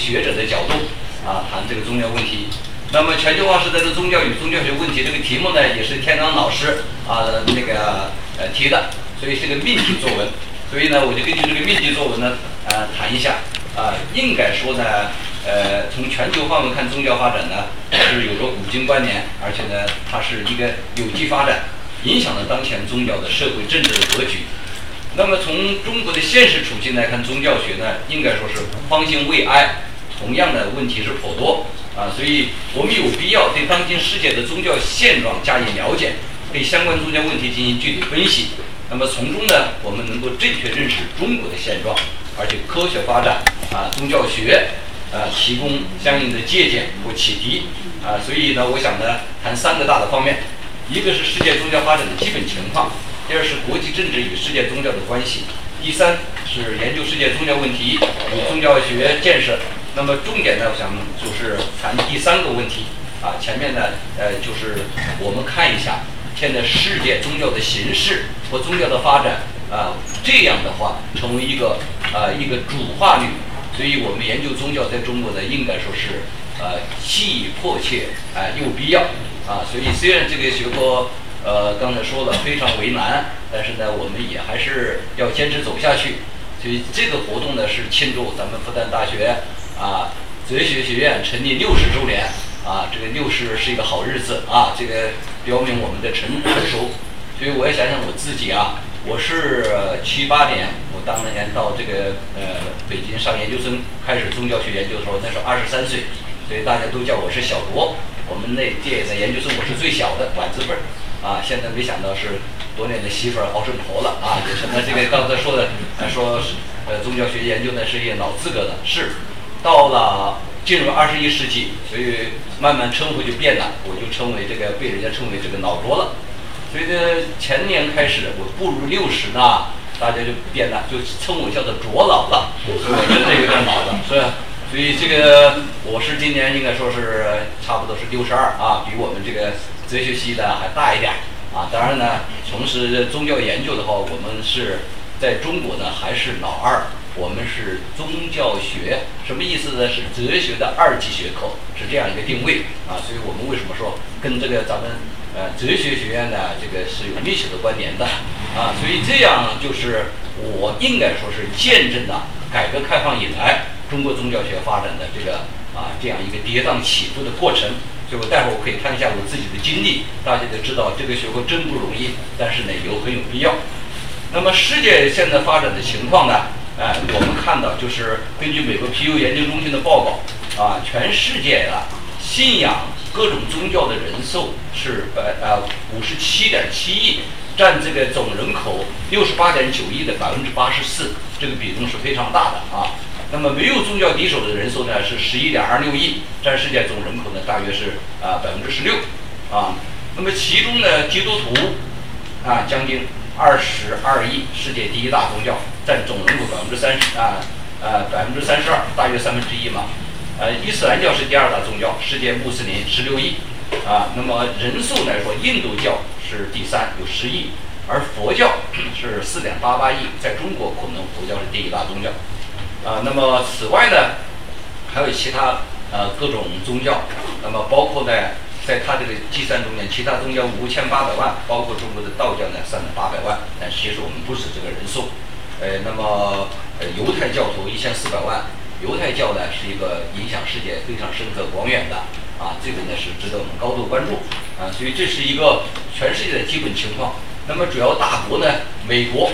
学者的角度谈这个宗教问题。那么全球化时代的宗教与宗教学问题这个题目呢，也是天刚老师提的，所以是个命题作文。所以呢，我就根据这个命题作文呢谈一下应该说呢从全球范围看，宗教发展呢是有着古今关联，而且呢它是一个有机发展，影响了当前宗教的社会政治的格局。那么从中国的现实处境来看，宗教学呢应该说是方兴未艾，同样的问题是颇多所以我们有必要对当今世界的宗教现状加以了解，对相关宗教问题进行具体分析。那么从中呢，我们能够正确认识中国的现状，而且科学发展宗教学提供相应的借鉴或启迪所以呢，我想呢谈3个大的方面，一个是世界宗教发展的基本情况，第二是国际政治与世界宗教的关系，第三是研究世界宗教问题与宗教学建设。那么重点呢，我想就是谈第3个问题前面呢就是我们看一下现在世界宗教的形势和宗教的发展这样的话成为一个主话语。所以我们研究宗教在中国呢，应该说是既迫切又必要所以虽然这个学科刚才说了非常为难，但是呢我们也还是要坚持走下去。所以这个活动呢是庆祝咱们复旦大学哲学学院成立60周年这个60是一个好日子这个标明我们的成熟。所以我也想想我自己我是78年，我当年到这个北京上研究生，开始宗教学研究的时候，那时候23岁，所以大家都叫我是小罗。我们那届的研究生我是最小的，晚字辈现在没想到是多年的媳妇熬成婆了也成了这个刚才说的说宗教学研究呢是一个老资格的，是到了进入21世纪，所以慢慢称呼就变了，我就成为被人家称为这个老罗了。所以呢，前年开始我步入60呢，大家就变了，就称我叫做卓老了，我真的有点老了，是吧？所以这个我是今年应该说是差不多是62比我们这个哲学系的还大一点当然呢，从事宗教研究的话，我们是在中国呢还是老2，我们是宗教学，什么意思呢？是哲学的2级学科，是这样一个定位所以我们为什么说跟这个咱们哲学学院呢这个是有密切的关联的所以这样就是我应该说是见证了改革开放以来中国宗教学发展的这样一个跌宕起伏的过程。所以我待会儿我可以看一下我自己的经历，大家就知道这个学科真不容易，但是呢很有必要。那么世界现在发展的情况呢我们看到就是根据美国皮尤研究中心的报告全世界信仰各种宗教的人数是57.7亿，占这个总人口68.9亿的84%，这个比重是非常大的那么没有宗教敌手的人数呢是11.26亿，占世界总人口呢大约是16%那么其中呢基督徒将近22亿，世界第1大宗教，占总人口32%，大约1/3嘛。伊斯兰教是第2大宗教，世界穆斯林16亿那么人数来说，印度教是第3，有10亿，而佛教是4.88亿，在中国可能佛教是第1大宗教那么此外呢，还有其他各种宗教，那么包括呢在它这个计算中间，其他宗教5800万，包括中国的道教呢3800万，但其实我们不是这个人数。那么犹太教徒1400万，犹太教呢是一个影响世界非常深刻广远的这个呢是值得我们高度关注所以这是一个全世界的基本情况。那么主要大国呢，美国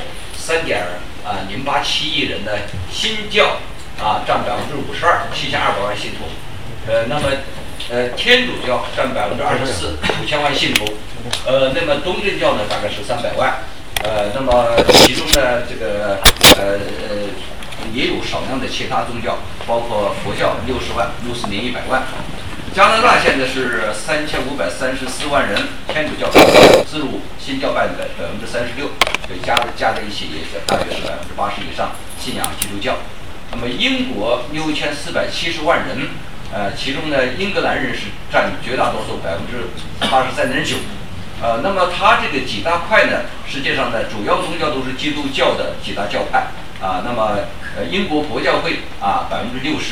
3.087亿人的新教占52%，7200万信徒。那么天主教占24%，5000万信徒。那么东正教呢大概是300万。那么其中呢这个也有少量的其他宗教，包括佛教60万，穆斯林100万。加拿大现在是3534万人，天主教45%，新教办的36%，所以加在一起也是大约是80%以上信仰基督教。那么英国6470万人，其中呢英格兰人是占绝大多数83.9%。那么它这个几大块呢，实际上呢主要宗教都是基督教的几大教派那么英国国教会60%，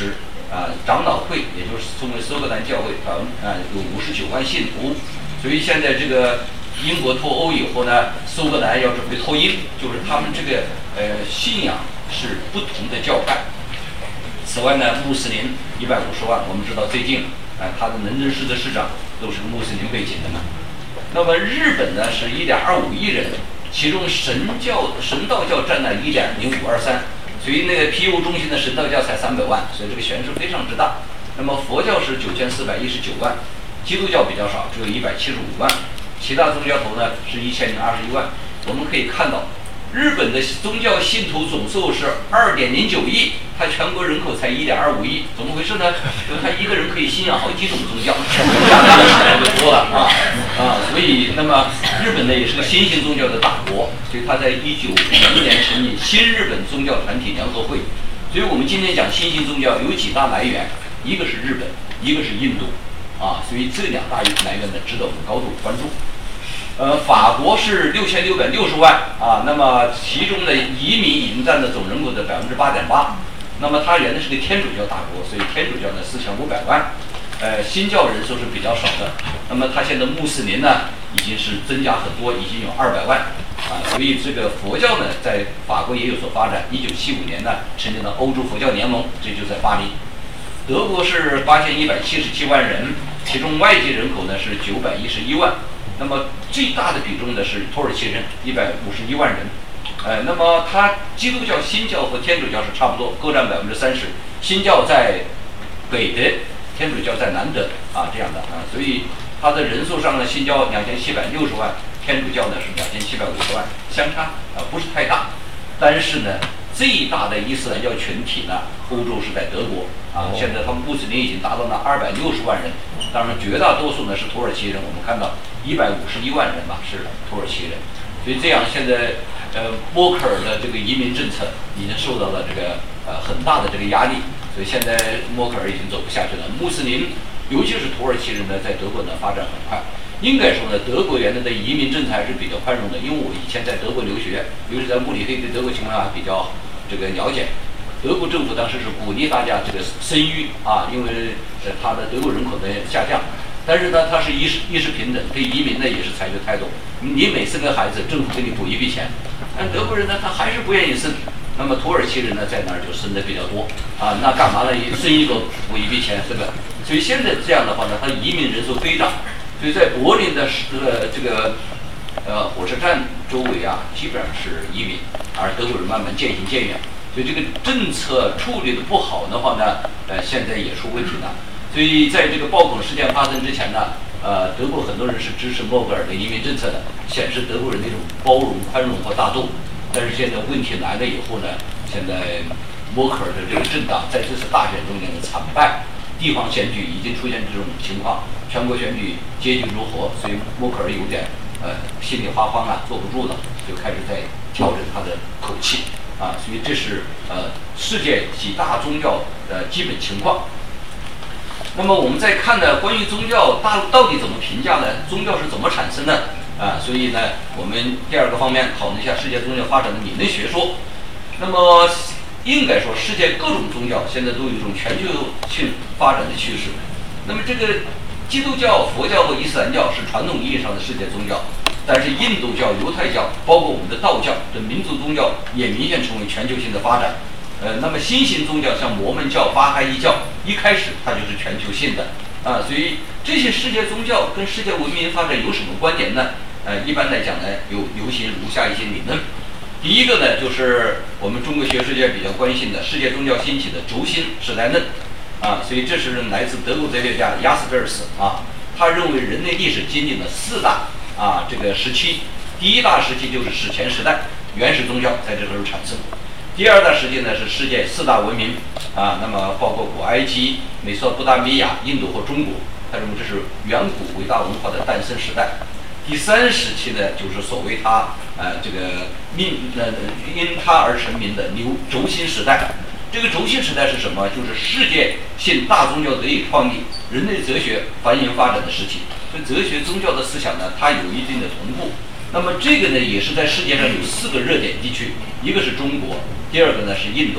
长老会，也就是称为苏格兰教会，有59万信徒。所以现在这个英国脱欧以后呢，苏格兰要准备脱英，就是他们这个信仰是不同的教派。此外呢，穆斯林150万，我们知道最近他的能政市的市长都是穆斯林背景的嘛。那么日本呢是1.25亿人，其中神道教占了1.0523，所以那个 PU 中心的神道教才300万，所以这个悬殊非常之大。那么佛教是9419万，基督教比较少，只有175万，其他宗教头呢是1021万。我们可以看到，日本的宗教信徒总数是2.09亿，它全国人口才1.25亿，怎么回事呢？因为他一个人可以信仰好几种宗教，就多了所以那么日本呢也是个新兴宗教的大国，所以他在1951年成立新日本宗教团体联合会。所以我们今天讲新兴宗教有几大来源，一个是日本，一个是印度所以这2大来源呢值得我们高度关注。法国是6660万那么其中的移民已经占了总人口的8.8%。那么它原来是个天主教大国，所以天主教呢4500万。新教人数是比较少的。那么它现在穆斯林呢已经是增加很多，已经有200万所以这个佛教呢在法国也有所发展。1975年呢成立了欧洲佛教联盟，这就在巴黎。德国是8177万人，其中外籍人口呢是911万。那么最大的比重呢是土耳其人151万人。那么它基督教、新教和天主教是差不多，各占30%。新教在北德，天主教在南德这样的所以它的人数上呢，新教2760万，天主教呢是2750万，相差不是太大。但是呢，最大的伊斯兰教群体呢，欧洲是在德国现在他们穆斯林已经达到了260万人，当然绝大多数呢是土耳其人，我们看到151万人是土耳其人。所以这样现在默克尔的这个移民政策已经受到了这个很大的这个压力，所以现在默克尔已经走不下去了。穆斯林尤其是土耳其人呢，在德国呢发展很快。应该说呢，德国原来的移民政策还是比较宽容的，因为我以前在德国留学，尤其在慕尼黑，对德国情况比较这个了解。德国政府当时是鼓励大家这个生育因为它的德国人口的下降，但是呢，它是意识平等，对移民呢也是采取态度。你每生个孩子，政府给你补一笔钱，但德国人呢，他还是不愿意生。那么土耳其人呢，在那儿就生的比较多那干嘛呢？生一个补一笔钱，是吧？所以现在这样的话呢，它移民人数飞涨。所以在柏林的这个火车站周围基本上是移民，而德国人慢慢渐行渐远。所以这个政策处理的不好的话呢，现在也出问题了。所以在这个暴恐事件发生之前呢，德国很多人是支持默克尔的移民政策的，显示德国人的一种包容、宽容和大度。但是现在问题来了以后呢，现在默克尔的这个政党在这次大选中间的惨败，地方选举已经出现这种情况，全国选举结局如何，所以默克尔有点心里发慌坐不住了，就开始在调整他的口气所以这是世界几大宗教的基本情况。那么我们再看呢，关于宗教到底怎么评价呢？宗教是怎么产生的所以呢，我们第二个方面讨论一下世界宗教发展的理论学说。那么应该说，世界各种宗教现在都有一种全球性发展的趋势。那么这个基督教、佛教和伊斯兰教是传统意义上的世界宗教，但是印度教、犹太教，包括我们的道教的民族宗教，也明显成为全球性的发展。那么新型宗教像摩门教、巴哈伊教，一开始它就是全球性的所以这些世界宗教跟世界文明发展有什么关联呢？一般来讲呢，流行如下一些理论。第一个呢，就是我们中国学术界比较关心的世界宗教兴起的轴心时代论所以这是来自德国哲学家亚斯贝尔斯他认为人类历史经历了4大这个时期。第一大时期就是史前时代，原始宗教在这时候产生。第二大时期呢是世界4大文明那么包括古埃及、美索不达米亚、印度和中国，他认为这是远古伟大文化的诞生时代。第3时期呢，就是所谓它这个因它而成名的轴心时代。这个轴心时代是什么？就是世界性大宗教得以创立，人类哲学繁荣发展的时期。所以哲学宗教的思想呢，它有一定的同步。那么这个呢，也是在世界上有4个热点地区，一个是中国，第二个呢是印度，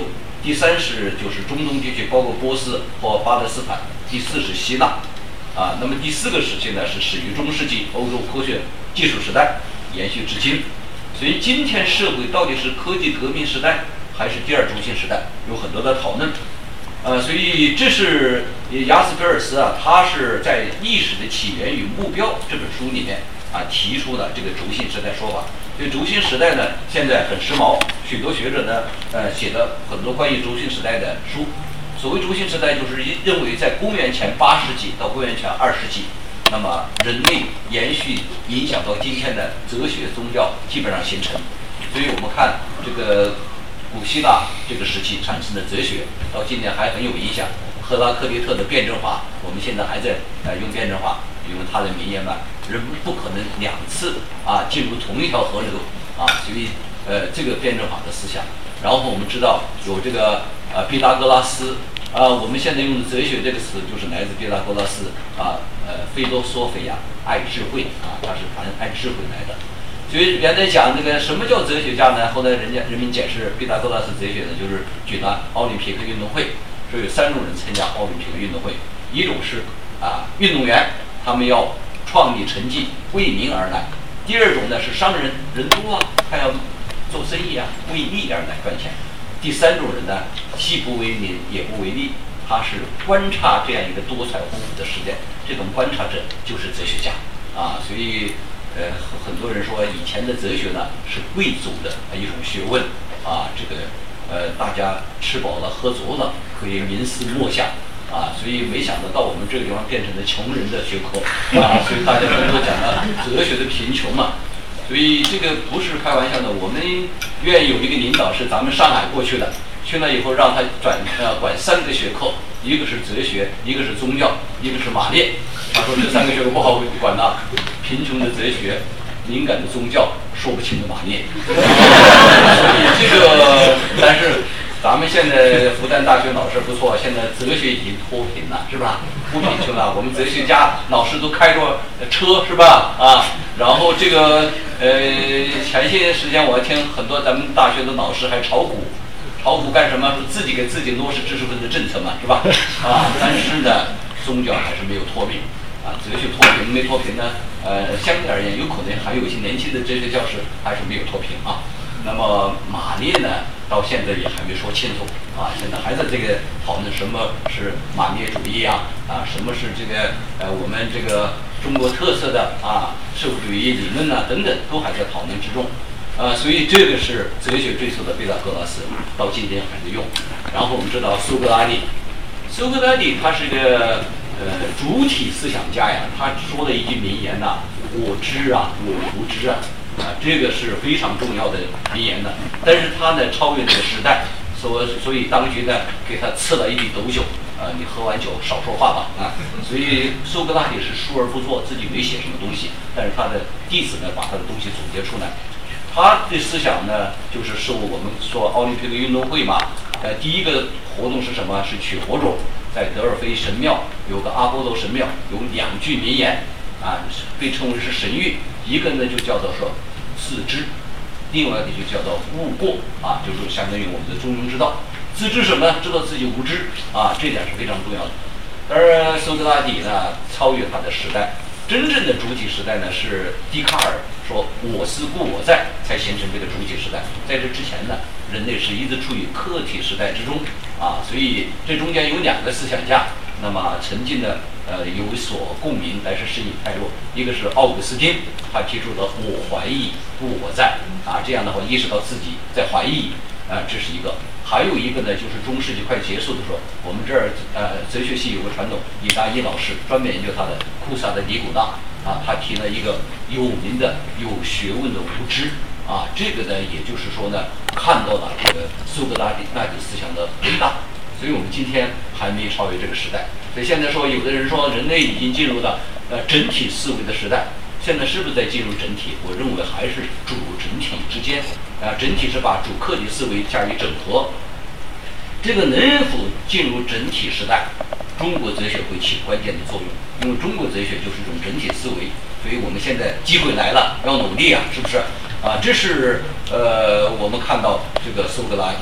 第3就是中东地区，包括波斯或巴勒斯坦，第4是希腊，那么第4个时期呢是始于中世纪欧洲科学技术时代，延续至今。所以今天社会到底是科技革命时代还是第2中心时代，有很多的讨论。所以这是雅斯格尔斯他是在《意识的起源与目标》这本书里面提出的这个轴心时代说法。这个轴心时代呢，现在很时髦，许多学者呢写了很多关于轴心时代的书。所谓轴心时代，就是认为在公元前8世纪到公元前2世纪，那么人类延续影响到今天的哲学宗教基本上形成。所以我们看这个古希腊这个时期产生的哲学，到今天还很有影响。赫拉克利特的辩证法，我们现在还在用辩证法，用他的名言嘛，人不可能2次进入同一条河流所以这个辩证法的思想。然后我们知道有这个毕达哥拉斯我们现在用的哲学这个词就是来自毕达哥拉斯菲洛索菲亚，爱智慧他是谈爱智慧来的。所以原来讲这个什么叫哲学家呢？后来人民解释毕达哥拉斯哲学呢，就是举了奥林匹克运动会，说有3种人参加奥林匹克运动会，一种是运动员，他们要创立成绩，为民而来；第2种呢是商人，人多他要做生意为利而来赚钱；第3种人呢，既不为民也不为利，他是观察这样一个多彩丰富的世界，这种观察者就是哲学家所以很多人说以前的哲学呢是贵族的一种学问这个大家吃饱了喝足了，可以冥思默想所以没想到我们这个地方变成了穷人的学科所以大家都讲了哲学的贫穷嘛。所以这个不是开玩笑的。我们院有一个领导是咱们上海过去的，去了以后让他管3个学科，一个是哲学，一个是宗教，一个是马列。他说这3个学科不好管贫穷的哲学，敏感的宗教，说不清的马列。所以这个，但是咱们现在复旦大学老师不错，现在哲学已经脱贫了，是吧？不贫穷了，我们哲学家老师都开着车，是吧？然后这个前些时间我听很多咱们大学的老师还炒股。炒股干什么？说自己给自己落实知识分子政策嘛，是吧？但是呢，宗教还是没有脱贫哲学脱贫没脱贫呢？相对而言，有可能还有一些年轻的哲学教师还是没有脱贫那么马列呢，到现在也还没说清楚现在还在这个讨论什么是马列主义什么是这个我们这个中国特色的社会主义理论等等，都还在讨论之中。所以这个是哲学追求的毕达哥拉斯，到今天还在用。然后我们知道苏格拉底他是个主体思想家他说了一句名言我知我不知这个是非常重要的名言但是他呢超越这个时代，所以当局呢给他赐了一滴斗酒你喝完酒少说话吧所以苏格拉底是疏而不作，自己没写什么东西，但是他的弟子呢把他的东西总结出来。他的思想呢，就是受我们说奥林匹克运动会嘛，第一个活动是什么？是取火种，在德尔菲神庙有个阿波罗神庙，有2句名言被称为是神谕，一个呢就叫做说自知，另外一个就叫做悟过就是相当于我们的中庸之道。自知什么呢？知道自己无知这点是非常重要的。而苏格拉底呢，超越他的时代。真正的主体时代呢，是笛卡尔说我思故我在才形成这个主体时代。在这之前呢，人类是一直处于客体时代之中所以这中间有2个思想家，那么曾经呢有所共鸣，但是势力太弱。一个是奥古斯丁，他提出了我怀疑故我在这样的话意识到自己在怀疑这是一个。还有一个呢，就是中世纪快结束的时候，我们这儿哲学系有个传统，李达一老师专门研究他的库萨的尼古拉他提了一个有名的有学问的无知这个呢，也就是说呢，看到了这个苏格拉底思想的伟大，所以我们今天还没超越这个时代。所以现在说，有的人说人类已经进入了整体思维的时代，现在是不是在进入整体？我认为还是主整体之间整体是把主客体思维加以整合。这个能否进入整体时代，中国哲学会起关键的作用，因为中国哲学就是一种整体思维，所以我们现在机会来了，要努力是不是这是我们看到这个苏格拉底。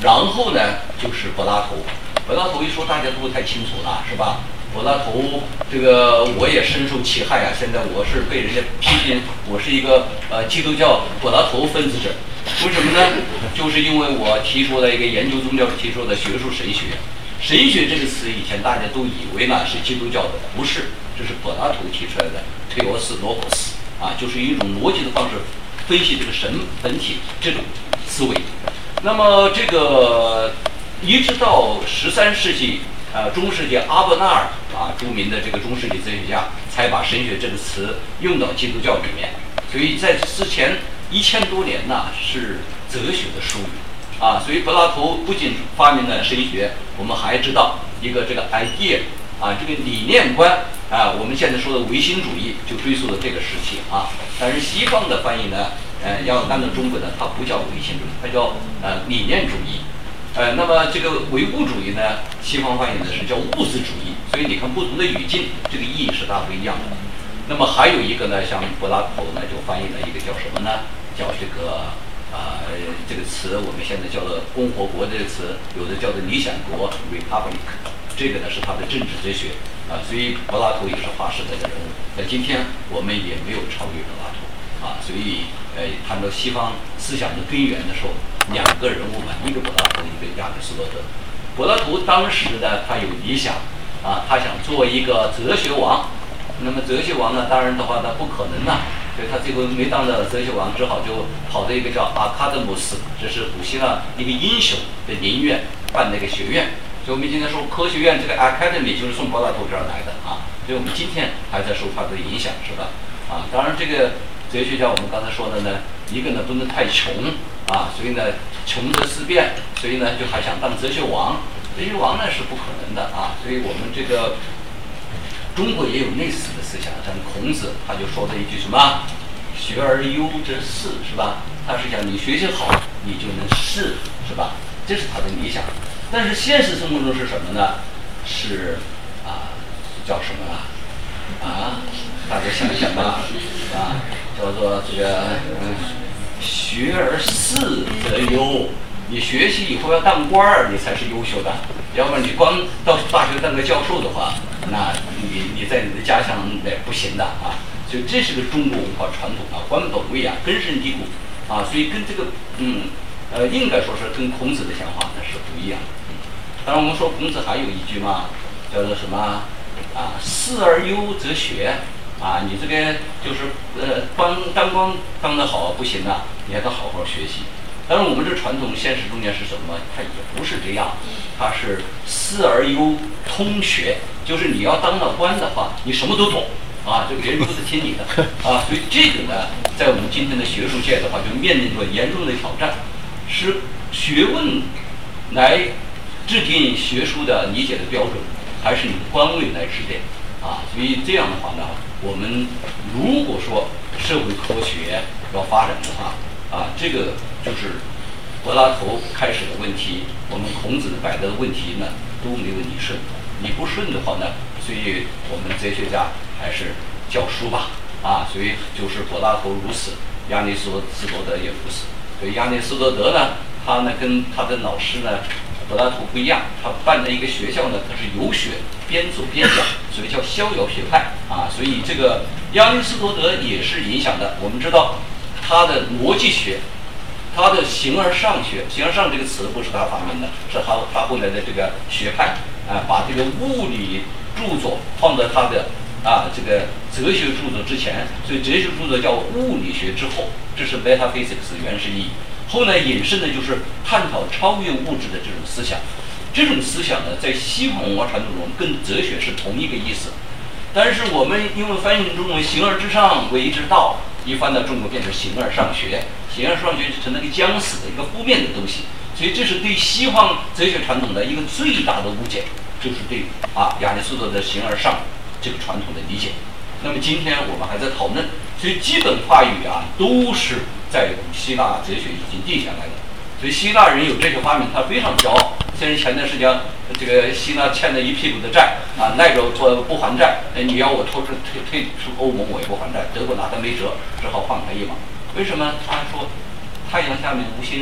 然后呢就是柏拉图。柏拉图一说大家都太清楚了，是吧？柏拉图这个我也深受其害啊！现在我是被人家批评我是一个基督教柏拉图分子者，为什么呢？就是因为我提出了一个研究宗教提出的学术神学。神学这个词以前大家都以为呢是基督教的，不是，这是柏拉图提出来的推俄斯罗普斯啊，就是一种逻辑的方式分析这个神本体这种思维。那么这个一直到13世纪。中世纪阿伯纳尔啊，著名的这个中世纪哲学家，才把神学这个词用到基督教里面。所以在之前1000多年呢，是哲学的术语啊。所以柏拉图不仅发明了神学，我们还知道一个这个 idea 啊，这个理念观啊，我们现在说的唯心主义就追溯到这个时期啊。但是西方的翻译呢，要按照中国的，它不叫唯心主义，它叫理念主义。那么这个唯物主义呢，西方翻译的是叫物质主义，所以你看不同的语境，这个意义是大不一样的。那么还有一个呢，像柏拉图呢就翻译了一个叫什么呢？叫这个这个词我们现在叫做共和国这个词，有的叫做理想国 republic， 这个呢是他的政治哲学啊。所以柏拉图也是划时代的人物，在今天我们也没有超越柏拉图啊。所以谈到西方思想的根源的时候，两个人物嘛，一个柏拉图，一个亚里士多德。柏拉图当时呢，他有理想啊，他想做一个哲学王。那么哲学王呢，当然的话，他不可能呐，所以他最后没当到哲学王，只好就跑到一个叫阿卡德姆斯，这是古希腊一个英雄的陵院办那个学院。所以我们今天说科学院这个 academy 就是从柏拉图这儿来的啊，所以我们今天还在受他的影响，是吧？啊，当然这个哲学家我们刚才说的呢，一个呢不能太穷啊，所以呢穷则思变，所以呢就还想当哲学王。哲学王呢是不可能的啊，所以我们这个中国也有类似的思想，像孔子他就说了一句什么“学而优则仕”，是吧？他是讲你学习好，你就能仕，是吧？这是他的理想。但是现实生活中是什么呢？是叫什么啊？大家想想吧，啊，叫做这个学而思则优。你学习以后要当官儿，你才是优秀的。要不然你光到大学当个教授的话，那你在你的家乡也不行的啊。所以这是个中国文化传统啊，官本位啊，根深蒂固啊。所以跟这个应该说是跟孔子的想法呢是不一样的。当然我们说孔子还有一句嘛，叫做什么思而优则学啊。你这个就是当官当得好不行啊，你还得好好学习。当然我们这传统现实中间是什么？它也不是这样，它是思而优通学，就是你要当了官的话，你什么都懂啊，就别人都是听你的啊。所以这个呢，在我们今天的学术界的话，就面临着严重的挑战，是学问来制定学术的理解的标准，还是你的官位来制定啊？所以这样的话呢，我们如果说社会科学要发展的话啊，这个就是柏拉图开始的问题，我们孔子摆的问题呢都没有你顺。你不顺的话呢，所以我们哲学家还是教书吧啊。所以就是柏拉图如此，亚里士多德也如此。所以亚里士多德呢，他呢跟他的老师呢柏拉图不一样，他办的一个学校呢，他是有学边走边讲，所以叫逍遥学派啊。所以这个亚里士多德也是影响的。我们知道他的逻辑学，他的形而上学，形而上这个词不是他发明的，是他后来的这个学派把这个物理著作放在他的这个哲学著作之前，所以哲学著作叫物理学之后，这是 metaphysics 原始意义。后来引申的就是探讨超越物质的这种思想。这种思想呢，在西方文化传统中跟哲学是同一个意思，但是我们因为翻译成中文形而之上为之道，一翻到中国变成形而上学，形而上学成了一个将死的一个负面的东西，所以这是对西方哲学传统的一个最大的误解，就是对亚里士多德的形而上这个传统的理解。那么今天我们还在讨论，所以基本话语都是在希腊哲学已经定下来的。所以希腊人有这些发明，他非常骄傲。虽然前段时间这个希腊欠了一屁股的债耐着不还债，你要我退出欧盟，我也不还债。德国拿他没辙，只好放他一马。为什么？他说太阳下面无心事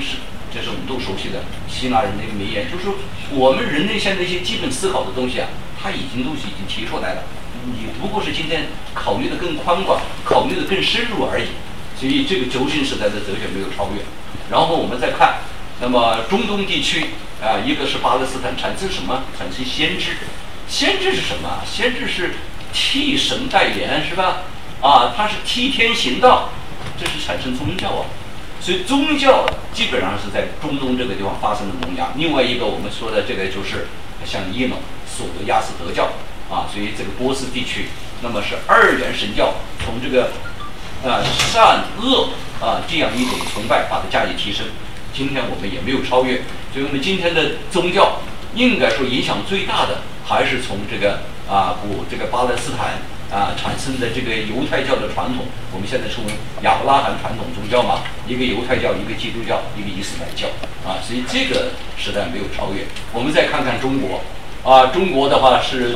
这是我们都熟悉的希腊人的一个名言，就是说我们人类现在一些基本思考的东西啊，它已经提出来了，你不过是今天考虑的更宽广，考虑的更深入而已。所以这个轴心时代的哲学没有超越。然后我们再看，那么中东地区啊，一个是巴勒斯坦产生什么？产生先知。先知是什么？先知是替神代言，是吧？啊，他是替天行道，这是产生宗教啊。所以宗教基本上是在中东这个地方发生的萌芽。另外一个我们说的这个就是像伊朗索罗亚斯德教啊，所以这个波斯地区，那么是二元神教，从这个善恶这样一种崇拜把它加以提升。今天我们也没有超越，所以我们今天的宗教应该说影响最大的还是从这个这个巴勒斯坦产生的这个犹太教的传统，我们现在称为亚伯拉罕传统宗教嘛，一个犹太教，一个基督教，一个伊斯兰教所以这个时代没有超越。我们再看看中国中国的话是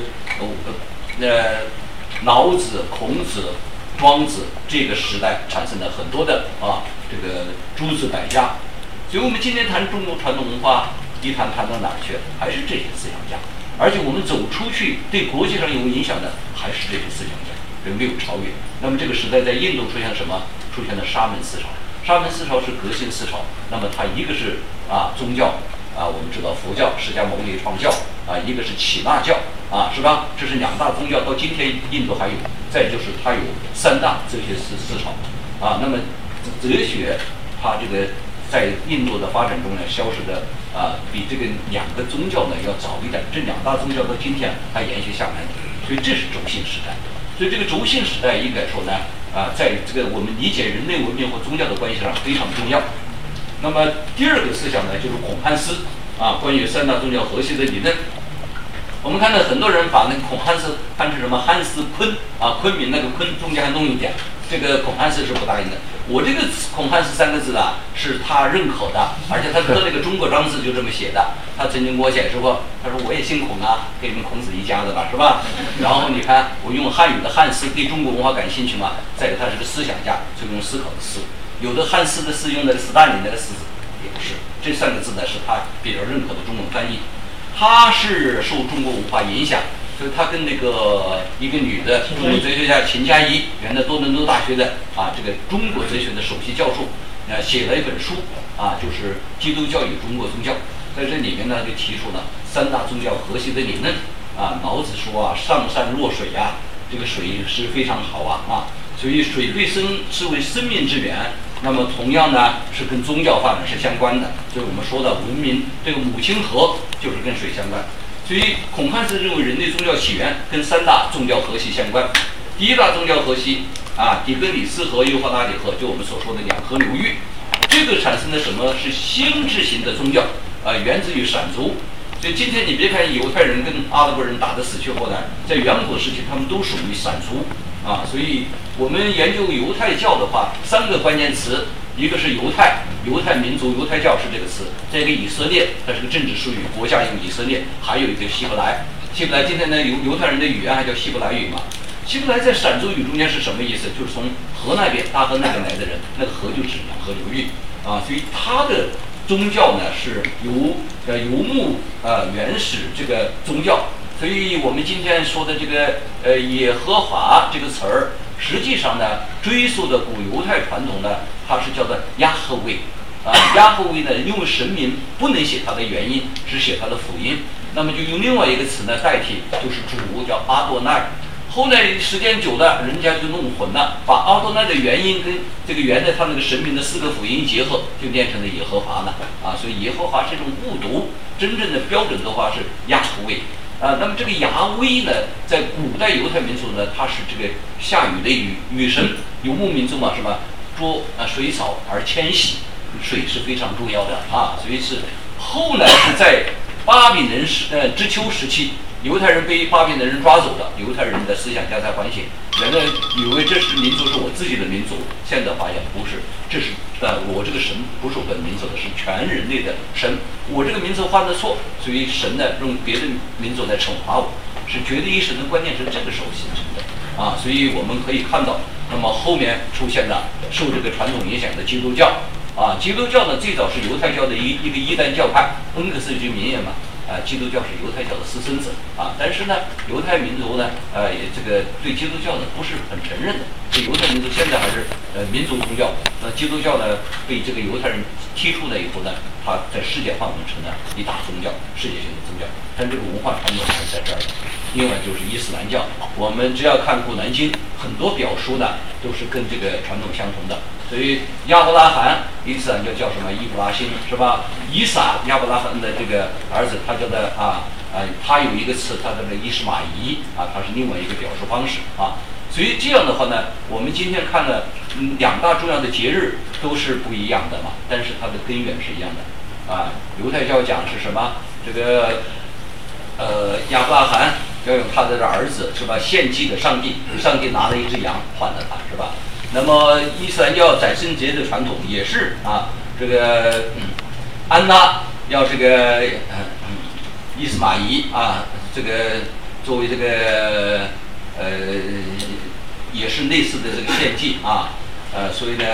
老子、孔子、庄子这个时代产生了很多的这个诸子百家。所以我们今天谈中国传统文化，谈到哪儿去？还是这些思想家。而且我们走出去，对国际上有影响的还是这些思想家，没有超越。那么这个时代在印度出现什么？出现了沙门思潮。沙门思潮是革新思潮。那么它一个是宗教我们知道佛教释迦牟尼创教一个是耆那教是吧？这是两大宗教，到今天印度还有。再就是它有三大哲学思潮那么哲学它这个在印度的发展中呢，消失的比这个两个宗教呢要早一点。这两大宗教到今天还延续下来，所以这是轴心时代。所以这个轴心时代应该说呢在这个我们理解人类文明和宗教的关系上非常重要。那么第二个思想呢，就是孔汉斯关于三大宗教核心的理论。我们看到很多人把那个孔汉斯看成什么汉斯昆昆明那个昆中间还弄一点，这个孔汉斯是不答应的。我这个孔汉斯三个字是他认可的，而且他刻那个中国章字就这么写的。他曾经给我解释过，他说我也姓孔跟你们孔子一家的吧，是吧？然后你看我用汉语的汉思，对中国文化感兴趣嘛？再给他是个思想家，就用思考的思。有的汉思的思用的斯大林那个思字也不是，这三个字呢是他比较认可的中文翻译。他是受中国文化影响，所以他跟那个一个女的中国哲学家秦嘉怡，原来多伦多大学的这个中国哲学的首席教授，写了一本书就是《基督教与中国宗教》。在这里面呢，就提出了三大宗教核心的理论老子说上善若水这个水是非常好所以水对是为生命之源。那么同样呢，是跟宗教发展是相关的。所以我们说的文明这个母亲河就是跟水相关。所以孔汉斯认为人类宗教起源跟三大宗教河系相关。第一大宗教河系底格里斯河、幼发拉底河，就我们所说的两河流域。这个产生的什么是先知型的宗教源自于闪族。所以今天你别看犹太人跟阿拉伯人打得死去活来，在远古时期他们都属于闪族所以我们研究犹太教的话，三个关键词，一个是犹太民族，犹太教是这个词；再一个以色列，它是个政治术语，国家用以色列；还有一个希伯来。希伯来今天呢犹太人的语言还叫希伯来语嘛？希伯来在闪族语中间是什么意思？就是从河那边大河那边来的人，那个河就指两河流域所以他的宗教呢是游牧原始这个宗教。所以我们今天说的这个耶和华这个词儿，实际上呢追溯的古犹太传统呢，它是叫做亚赫维亚赫维呢，因为神明不能写它的原因，只写它的辅音，那么就用另外一个词呢代替，就是主叫阿多奈。后来时间久了，人家就弄混了，把阿多奈的元音跟这个原来他那个神明的四个辅音结合，就变成了耶和华了所以耶和华是一种误读，真正的标准的话是亚赫维那么这个亚威呢，在古代犹太民族呢，它是这个下雨的雨神，游牧民族嘛，是吧？捉水草而迁徙，水是非常重要的所以是后来是在巴比伦之秋时期，犹太人被巴比伦人抓走了，犹太人的思想家才反省，原来以为这是民族是我自己的民族，现在发现不是，这是我这个神不是我本民族的，是全人类的神，我这个民族犯的错，所以神呢用别的民族来惩罚我，是绝对一神的观念是这个时候形成的所以我们可以看到，那么后面出现了受这个传统影响的基督教啊，基督教呢最早是犹太教的一个异端教派，恩格斯有句名言嘛，基督教是犹太教的私生子啊。但是呢，犹太民族呢，这个对基督教呢不是很承认的。这犹太民族现在还是民族宗教。那基督教呢被这个犹太人踢出来以后呢，它在世界范围成了一大宗教，世界性的宗教。但这个文化传统还是在这儿的。另外就是伊斯兰教，我们只要看《古兰经》，很多表述呢都是跟这个传统相同的。所以亚伯拉罕，伊斯兰教叫什么？伊布拉辛是吧？以撒，亚伯拉罕的这个儿子，他叫的他有一个词，他叫的伊斯玛仪啊，他是另外一个表述方式啊。所以这样的话呢，我们今天看的两大重要的节日都是不一样的嘛，但是它的根源是一样的啊。犹太教讲是什么？这个亚伯拉罕要用他的儿子是吧献祭给上帝，上帝拿了一只羊换了他是吧？那么伊斯兰教宰牲节的传统也是啊，这个安拉要这个伊斯玛仪啊，这个作为这个也是类似的这个献祭啊，所以呢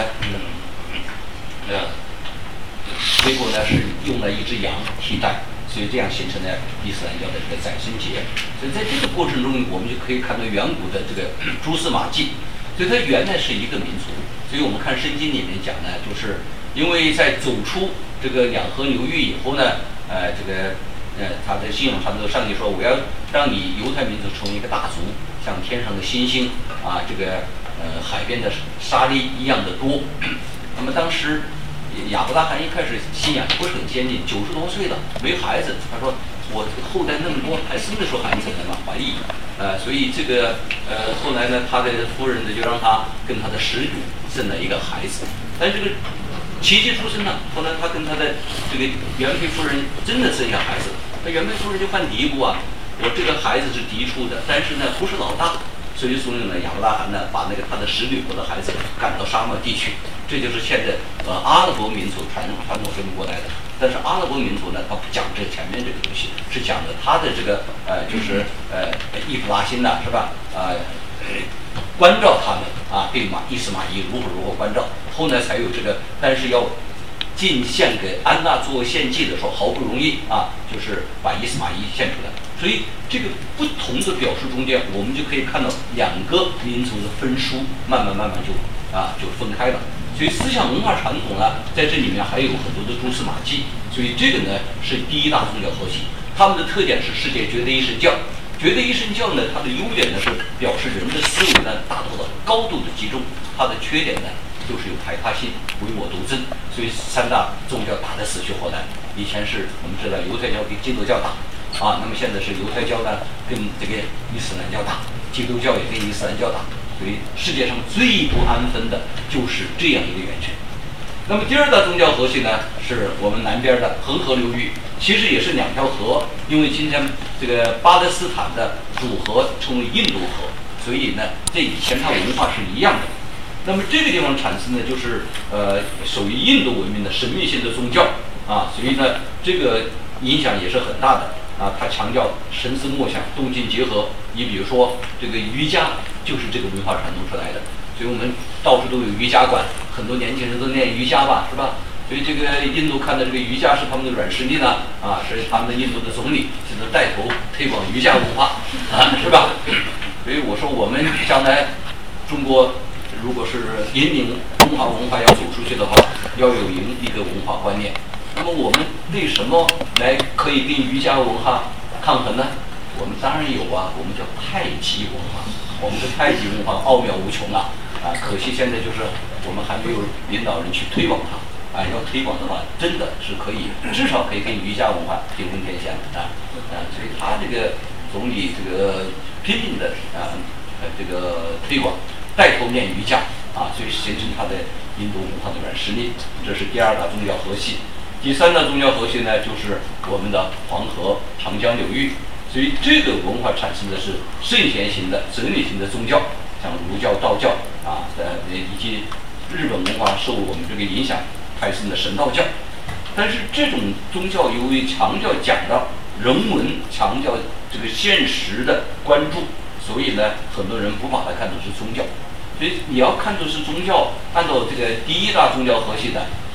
结果呢是用了一只羊替代。所以这样形成了伊斯兰教的这个宰牲节。所以在这个过程中，我们就可以看到远古的这个蛛丝马迹。所以它原来是一个民族。所以我们看圣经里面讲呢，就是因为在走出这个两河流域以后呢，他的信仰传统，上帝说我要让你犹太民族成为一个大族，像天上的星星啊，这个海边的沙粒一样的多。那么当时亚伯拉罕一开始信仰不是很坚定，90多岁了没孩子，他说我后代那么多，还生得出孩子来吗？怀疑，所以这个后来呢，他的夫人呢就让他跟他的使女生了一个孩子，但这个奇迹出生了。后来他跟他的这个原配夫人真的生下孩子，那原配夫人就犯嘀咕啊，我这个孩子是嫡出的，但是呢不是老大。所以说呢，亚伯拉罕呢把那个他的使女和的孩子赶到沙漠地区，这就是现在阿拉伯民族传统这么过来的。但是阿拉伯民族呢，他不讲这前面这个东西，是讲的他的这个就是伊布拉辛呐，是吧？关照他们啊，对伊斯玛仪如何关照，后来才有这个，但是要进献给安娜做献祭的时候，好不容易啊，就是把伊斯玛仪献出来。所以这个不同的表述中间，我们就可以看到两个民族的分疏，慢慢就分开了。所以思想文化传统呢，在这里面还有很多的蛛丝马迹。所以这个呢是第一大宗教核心，他们的特点是世界绝对一神教。绝对一神教呢，它的优点呢是表示人的思维呢达到了高度的集中，它的缺点呢就是有排他性、唯我独尊。所以三大宗教打得死去活来。以前是我们知道犹太教跟基督教打。那么现在是犹太教呢跟这个伊斯兰教打，基督教也跟伊斯兰教打，所以世界上最不安分的就是这样一个源泉。那么第二大宗教核心呢，是我们南边的恒河流域，其实也是两条河，因为今天这个巴勒斯坦的主河称为印度河，所以呢，这以前它文化是一样的。那么这个地方产生的就是属于印度文明的神秘性的宗教啊，所以呢，这个影响也是很大的。他强调神思默想、动静结合。你比如说，这个瑜伽就是这个文化传统出来的，所以我们到处都有瑜伽馆，很多年轻人都练瑜伽吧，是吧？所以这个印度看到这个瑜伽是他们的软实力呢，是他们的印度的总理现在带头推广瑜伽文化是吧？所以我说我们将来中国如果是引领中华文化要走出去的话，要有一个文化观念。那么我们为什么来可以跟瑜伽文化抗衡呢？我们当然有啊，我们叫太极文化，我们的太极文化奥妙无穷啊！可惜现在就是我们还没有领导人去推广它要推广的话，真的是可以，至少可以跟瑜伽文化平分天下所以他这个总理这个拼命的这个推广，带头练瑜伽所以形成他的印度文化的软实力，这是第二大宗教核心。第三大宗教核心呢，就是我们的黄河、长江流域，所以这个文化产生的是圣贤型的、哲理型的宗教，像儒教、道教以及日本文化受我们这个影响开生的神道教。但是这种宗教由于强调讲到人文，强调这个现实的关注，所以呢，很多人不把它看作是宗教。所以你要看作是宗教，按照这个第一大宗教核心呢，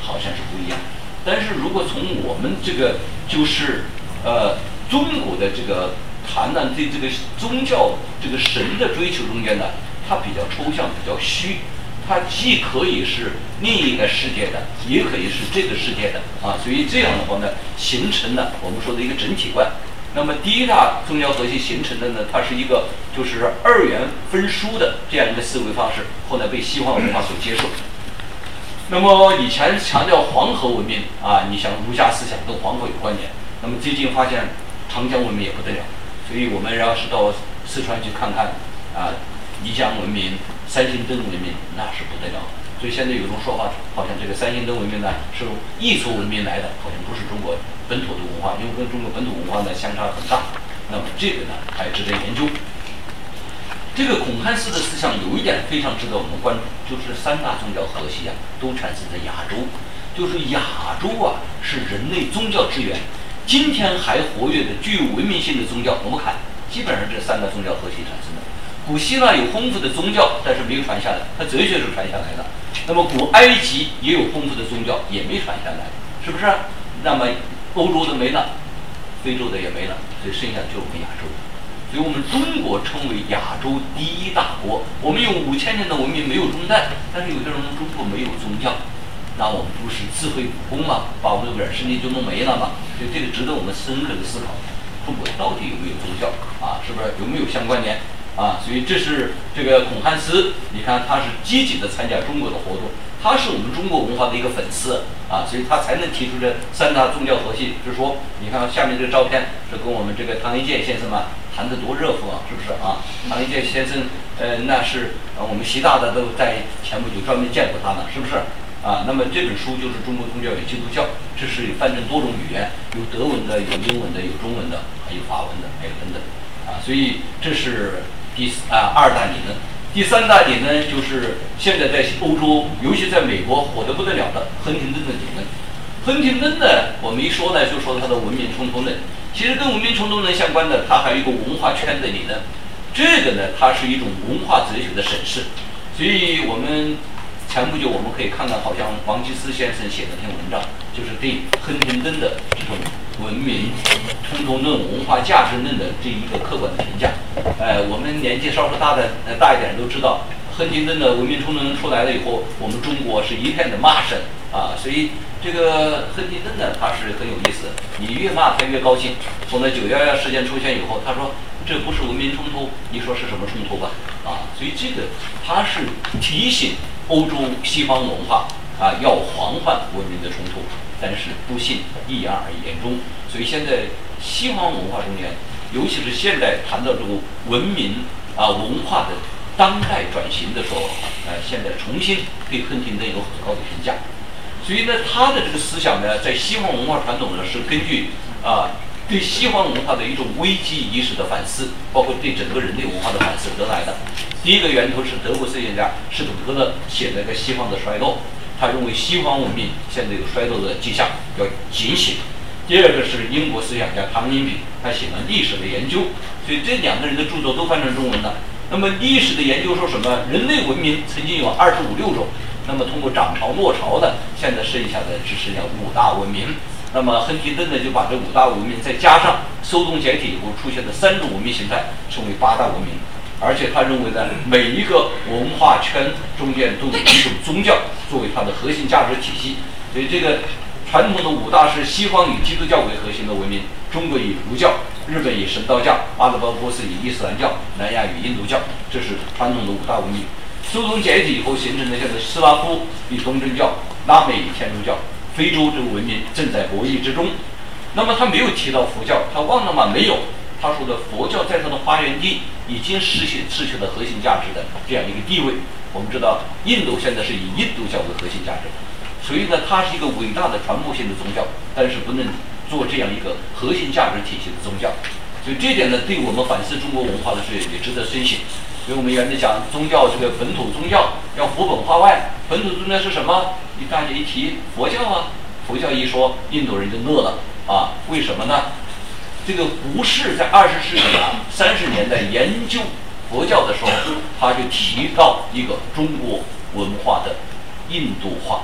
好像是不一样。但是如果从我们这个就是中国的这个谈论对这个宗教这个神的追求中间呢，它比较抽象，比较虚。它既可以是另一个世界的，也可以是这个世界的啊，所以这样的话呢，形成了我们说的一个整体观。那么第一大宗教核心形成的呢，它是一个就是二元分殊的这样一个思维方式，后来被西方文化所接受。那么以前强调黄河文明啊，你想儒家思想跟黄河有关联，那么最近发现长江文明也不得了，所以我们要是到四川去看看啊，漓江文明、三星堆文明那是不得了。所以现在有种说法，好像这个三星堆文明呢是异族文明来的，好像不是中国本土的文化，因为跟中国本土文化呢相差很大。那么这个呢还值得研究。这个孔汉斯的思想有一点非常值得我们关注，就是三大宗教核心啊都产生在亚洲，就是亚洲啊是人类宗教之源，今天还活跃的具有文明性的宗教，我们看基本上这三大宗教核心产生的。古希腊有丰富的宗教，但是没有传下来，它哲学是传下来的。那么古埃及也有丰富的宗教，也没传下来，是不是？那么欧洲的没了，非洲的也没了，所以剩下就我们亚洲。所以我们中国称为亚洲第一大国，我们有5000年的文明，没有中断，但是有些人说中国没有宗教，那我们不是自废武功吗？把我们的软实力就弄没了吗？所以这个值得我们深刻的思考，中国到底有没有宗教啊？是不是有没有相关联啊？所以这是这个孔汉斯，你看他是积极的参加中国的活动，他是我们中国文化的一个粉丝啊，所以他才能提出这三大宗教核心。就是说，你看下面这个照片是跟我们这个唐一健先生嘛谈得多热乎啊，是不是啊？唐一健先生，那是我们习大大都在前不久专门见过他呢，是不是？啊，那么这本书就是《中国宗教与基督教》，这是翻成多种语言，有德文的，有英文的，有中文的，还有法文的，还有等等。啊，所以这是二大理论。第三大理论就是现在在欧洲，尤其在美国火得不得了的亨廷顿的理论。亨廷顿呢，我们一说呢，就说他的文明冲突论。其实跟文明冲突论相关的，它还有一个文化圈的理论。这个呢，它是一种文化哲学的审视。所以我们前不久我们可以看到，好像王基思先生写的篇文章，就是对亨廷顿的这种文明冲突论、文化价值论的这一个客观的评价。我们年纪稍稍大一点都知道，亨廷顿的文明冲突论出来了以后，我们中国是一片的骂声啊。所以这个亨廷顿呢，他是很有意思，你越骂他越高兴。从那911事件出现以后，他说这不是文明冲突，你说是什么冲突吧？啊，所以这个他是提醒欧洲西方文化啊要防范文明的冲突，但是不幸一言而言中。所以现在西方文化中间，尤其是现在谈到这个文明文化的当代转型的时候，现在重新对亨廷顿有很高的评价。所以呢，他的这个思想呢，在西方文化传统呢是根据对西方文化的一种危机意识的反思，包括对整个人类文化的反思得来的。第一个源头是德国思想家施肯特勒写了一个《西方的衰落》，他认为西方文明现在有衰落的迹象，要警醒。第二个是英国思想家唐宁比，他写了历史的研究，所以这两个人的著作都翻成中文了。那么历史的研究说什么？人类文明曾经有25、6种，那么通过涨潮落潮的，现在剩下的只剩下5大文明。那么亨廷顿呢，就把这5大文明再加上搜东解体以后出现的3种文明形态，称为8大文明。而且他认为呢，每一个文化圈中间都有一种宗教作为它的核心价值体系。所以这个传统的5大是西方以基督教为核心的文明，中国以儒教，日本以神道教，阿拉伯波斯以伊斯兰教，南亚以印度教，这是传统的5大文明。搜东解体以后形成的现在斯拉夫以东正教，拉美以天主教，非洲这个文明正在博弈之中。那么他没有提到佛教，他忘了吗？没有。他说的佛教在他的发源地已经失去了核心价值的这样一个地位。我们知道印度现在是以印度教为核心价值，所以呢，它是一个伟大的传播性的宗教，但是不能做这样一个核心价值体系的宗教。所以这点呢，对我们反思中国文化的是也值得深省。所以我们原来讲宗教，这个本土宗教要活本化外。本土宗教是什么？大家一提佛教啊，佛教一说，印度人就乐了啊。为什么呢？这个胡适在20世纪30年代研究佛教的时候，他就提到一个中国文化的印度化。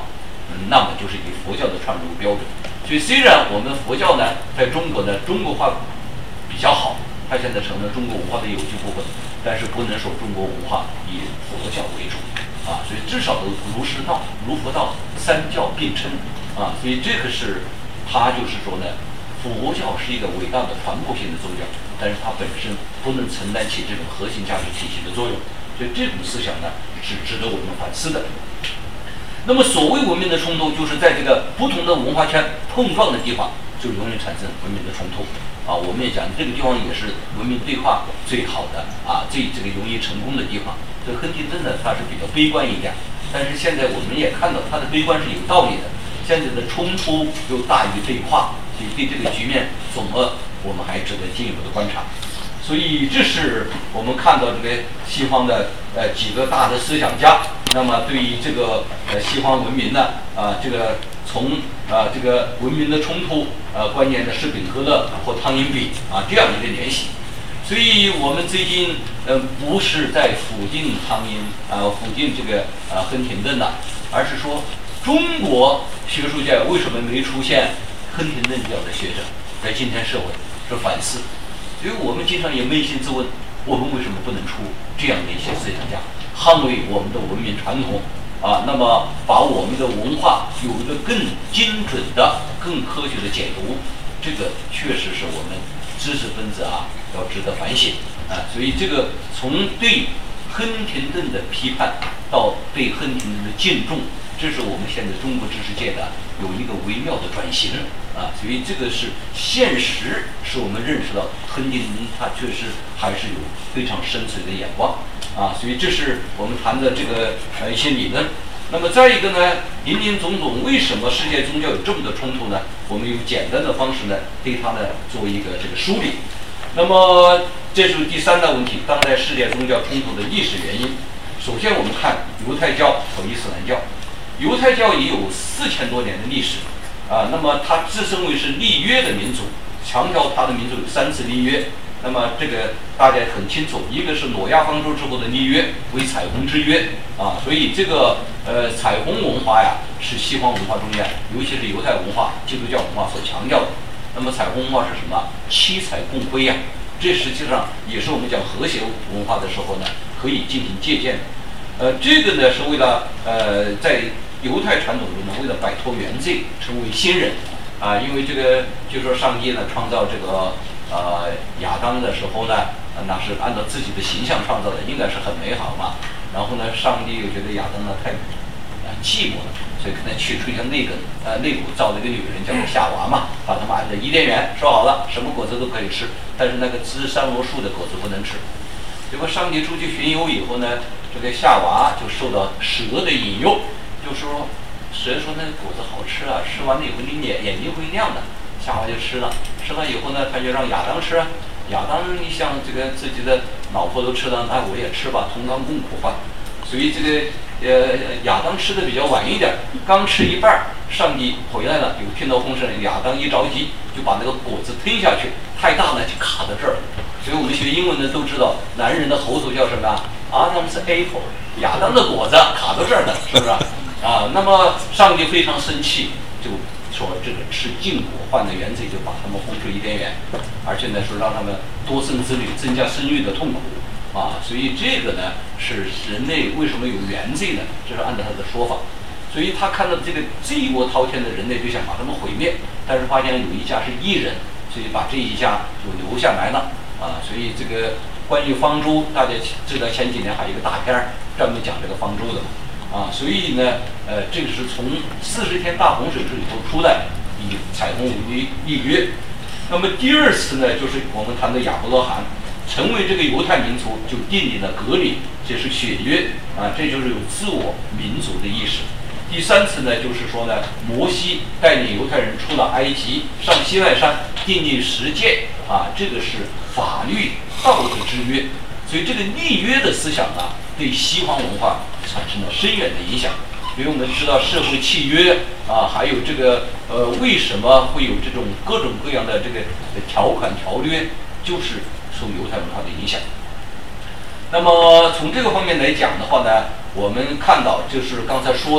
那么就是以佛教的传入标准。所以虽然我们佛教呢在中国呢中国化比较好，它现在成了中国文化的有机部分，但是不能说中国文化以佛教为主啊，所以至少都儒释道、儒佛道三教并称啊，所以这个是它就是说呢，佛教是一个伟大的传播性的宗教，但是它本身不能承担起这种核心价值体系的作用，所以这种思想呢是值得我们反思的。那么所谓文明的冲突，就是在这个不同的文化圈碰撞的地方，就容易产生文明的冲突啊。我们也讲这个地方也是文明对话最好的啊，最这个容易成功的地方。这亨廷顿呢，他是比较悲观一点，但是现在我们也看到他的悲观是有道理的。现在的冲突又大于对话，所以对这个局面总的我们还值得进一步的观察。所以这是我们看到这个西方的几个大的思想家，那么对于这个西方文明呢这个从这个文明的冲突关键的是秉和勒或汤因比这样一个联系。所以我们最近不是在否定汤因否定这个亨廷顿的，而是说中国学术界为什么没出现亨廷顿这样的学者，在今天社会是反思。所以我们经常也扪心自问，我们为什么不能出这样的一些思想家，捍卫我们的文明传统那么把我们的文化有一个更精准的、更科学的解读，这个确实是我们知识分子要值得反省所以这个从对亨廷顿的批判到对亨廷顿的敬重，这是我们现在中国知识界的有一个微妙的转型所以这个是现实，是我们认识到亨廷顿他确实还是有非常深邃的眼光所以这是我们谈的这个一些理论。那么再一个呢，林林总总，为什么世界宗教有这么多冲突呢？我们用简单的方式呢，对它呢做一个这个梳理。那么这是第三大问题，当代世界宗教冲突的历史原因。首先我们看犹太教和伊斯兰教。犹太教也有4000多年的历史那么它自称为是立约的民族，强调它的民族有3次立约。那么这个大家很清楚，一个是挪亚方舟之后的立约为彩虹之约所以这个彩虹文化是西方文化中间，尤其是犹太文化、基督教文化所强调的。那么彩虹文化是什么？7彩共辉这实际上也是我们讲和谐文化的时候呢可以进行借鉴的。这个呢是为了在犹太传统中呢，为了摆脱原罪，成为新人因为这个就说上帝呢创造这个亚当的时候呢，那是按照自己的形象创造的，应该是很美好嘛。然后呢，上帝又觉得亚当呢太寂寞了，所以可能取出一个内骨造了一个女人叫做夏娃嘛，把他们按照伊甸园说好了，什么果子都可以吃，但是那个知善恶树的果子不能吃。结果上帝出去巡游以后呢，这个夏娃就受到蛇的引诱，就说蛇说那个果子好吃吃完了以后你眼睛会亮的。夏娃就吃了以后呢，他就让亚当吃亚当你想这个自己的老婆都吃了，那我也吃吧，同甘共苦吧。所以这个亚当吃的比较晚一点，刚吃一半，上帝回来了，有听到风声，亚当一着急就把那个果子吞下去，太大呢就卡在这儿了。所以我们学英文的都知道，男人的喉头叫什么？Adam's apple， 亚当的果子卡到这儿了，是不是那么上帝非常生气，就说这个吃禁果犯的原罪，就把他们轰出伊甸园，而且呢说让他们多生子女，增加生育的痛苦所以这个呢是人类为什么有原罪呢？这是按照他的说法。所以他看到这个罪过滔天的人类，就想把他们毁灭，但是发现有一家是义人，所以把这一家就留下来了所以这个关于方舟，大家知道前几年还有一个大片专门讲这个方舟的所以呢这个是从40天大洪水之里头出来，以彩虹为立约。那么第二次呢，就是我们谈的亚伯拉罕成为这个犹太民族，就订立了革礼，这是血约这就是有自我民族的意识。第三次呢，就是说呢，摩西带领犹太人出了埃及，上西奈山订立十诫这个是法律道德之约。所以这个立约的思想对西方文化产生了深远的影响。因为我们知道社会契约还有这个为什么会有这种各种各样的这个条款条约，就是受犹太文化的影响。那么从这个方面来讲的话呢，我们看到就是刚才说的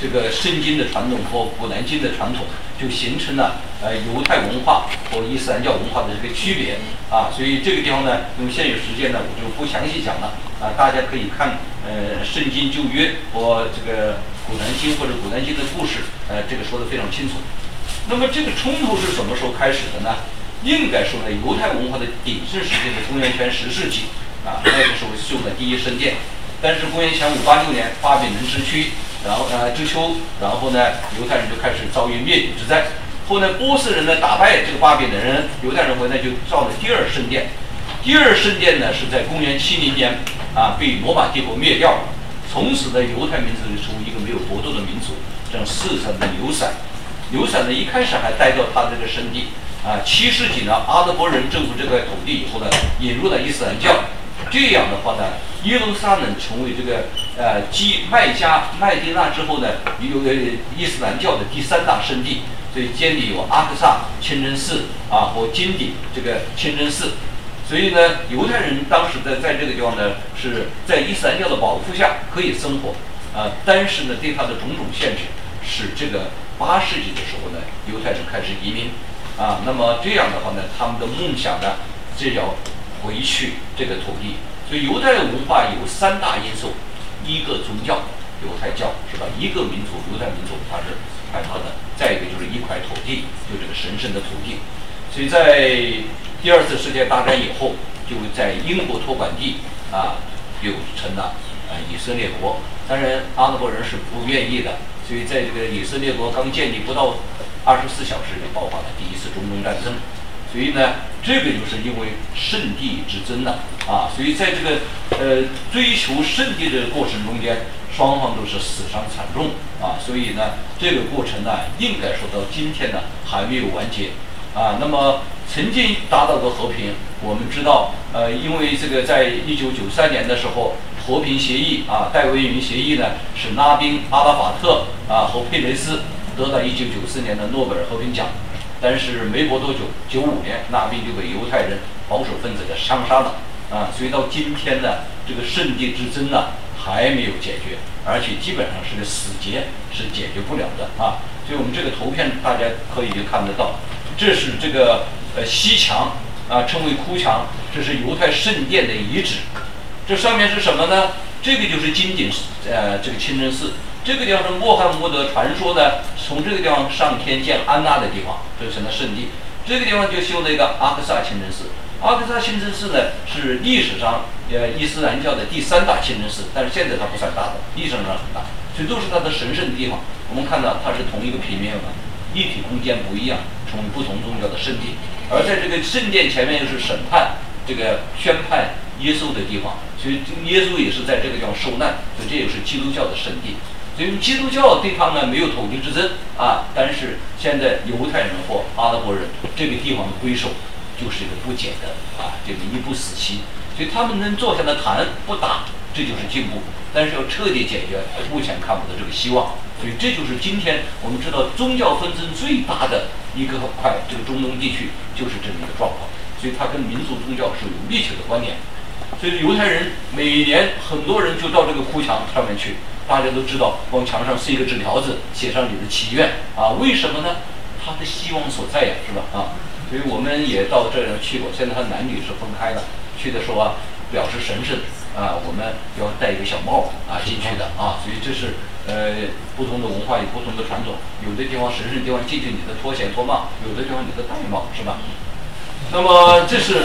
这个圣经的传统和古兰经的传统，就形成了犹太文化和伊斯兰教文化的这个区别啊。所以这个地方呢，因为现有时间呢，我就不详细讲了啊，大家可以看圣经旧约和这个古兰经或者古兰经的故事，这个说得非常清楚。那么这个冲突是什么时候开始的呢？应该说呢，犹太文化的鼎盛时期的公元前10世纪啊，那个时候修的第一圣殿。但是公元前586年巴比伦之秋，然后呢，犹太人就开始遭遇灭顶之灾。后来波斯人呢打败这个巴比伦人，犹太人回来就造了第二圣殿。第二圣殿呢是在公元70年啊被罗马帝国灭掉了。从此呢，犹太民族成为一个没有国度的民族，这样四散的流散。流散呢一开始还待到他这个圣地啊，7世纪呢，阿拉伯人征服这块土地以后呢，引入了伊斯兰教。这样的话呢，耶路撒冷成为这个继麦加、麦地那之后呢，伊斯兰教的第3大圣地。所以监里有阿克萨清真寺啊和金顶这个清真寺。所以呢，犹太人当时在这个地方呢，是在伊斯兰教的保护下可以生活啊，但是呢，对他的种种限制，使这个8世纪的时候呢，犹太人开始移民啊。那么这样的话呢，他们的梦想呢，是要回去这个土地。所以犹太文化有3大因素：一个宗教，犹太教是吧？一个民族，犹太民族它是害怕的；再一个就是一块土地，就这个神圣的土地。所以在第2次世界大战以后，就在英国托管地啊，又成了以色列国。当然，阿拉伯人是不愿意的，所以在这个以色列国刚建立不到24小时，就爆发了第1次中东战争。所以呢，这个就是因为圣地之争了啊。所以在这个追求圣地的过程中间，双方都是死伤惨重啊。所以呢，这个过程呢，应该说到今天呢，还没有完结啊。那么曾经达到的和平，我们知道，因为这个在1993年的时候，和平协议啊，戴维营协议呢，是拉宾、阿拉法特啊和佩雷斯得到1994年的诺贝尔和平奖。但是没过多久，95年，拉宾就被犹太人保守分子给枪杀了啊！所以到今天呢，这个圣地之争呢还没有解决，而且基本上是个死结，是解决不了的啊！所以我们这个图片大家可以看得到，这是这个西墙啊，称为哭墙，这是犹太圣殿的遗址。这上面是什么呢？这个就是金顶这个清真寺。这个地方是穆罕默德传说呢，从这个地方上天见安娜的地方，这成了圣地。这个地方就修了一个阿克萨清真寺。阿克萨清真寺呢是历史上伊斯兰教的第3大清真寺，但是现在它不算大的，历史上很大，所以都是它的神圣的地方。我们看到它是同一个平面嘛，立体空间不一样，成为不同宗教的圣地。而在这个圣殿前面又是审判这个宣判耶稣的地方，所以耶稣也是在这个地方受难，所以这也是基督教的圣地。所以基督教对他们没有土地之争啊，但是现在犹太人或阿拉伯人这个地方的归属就是一个不解的啊，这个一不死期。所以他们能坐下来谈不打，这就是进步。但是要彻底解决，目前看不到这个希望。所以这就是今天我们知道宗教纷争最大的一个块，这个中东地区就是这么一个状况。所以它跟民族宗教是有密切的关联。所以犹太人每年很多人就到这个哭墙上面去。大家都知道，往墙上塞一个纸条子，写上你的祈愿啊？为什么呢？他的希望所在呀，是吧？啊，所以我们也到这儿去过。现在他男女是分开的，去的时候啊，表示神圣啊，我们要戴一个小帽啊进去的啊。所以这是不同的文化有不同的传统，有的地方神圣的地方进去你的脱鞋脱帽，有的地方你的戴帽，是吧？那么这是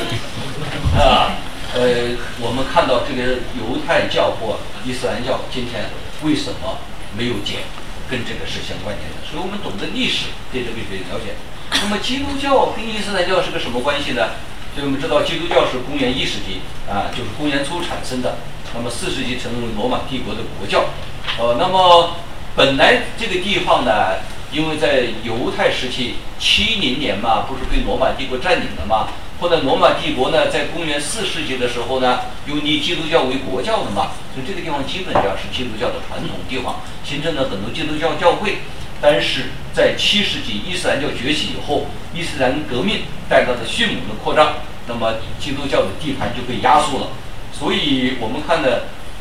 我们看到这个犹太教或伊斯兰教今天为什么没有解，跟这个是相关联的。所以我们懂得历史，对这个有了解。那么基督教跟伊斯兰教是个什么关系呢？所以我们知道基督教是公元1世纪啊，就是公元初产生的。那么4世纪成为罗马帝国的国教。那么本来这个地方呢，因为在犹太时期70年嘛，不是被罗马帝国占领了吗？后来罗马帝国呢，在公元4世纪的时候呢，又立基督教为国教的嘛，所以这个地方基本上是基督教的传统地方，形成了很多基督教教会。但是在7世纪伊斯兰教崛起以后，伊斯兰革命带来了迅猛的扩张，那么基督教的地盘就被压缩了。所以我们看的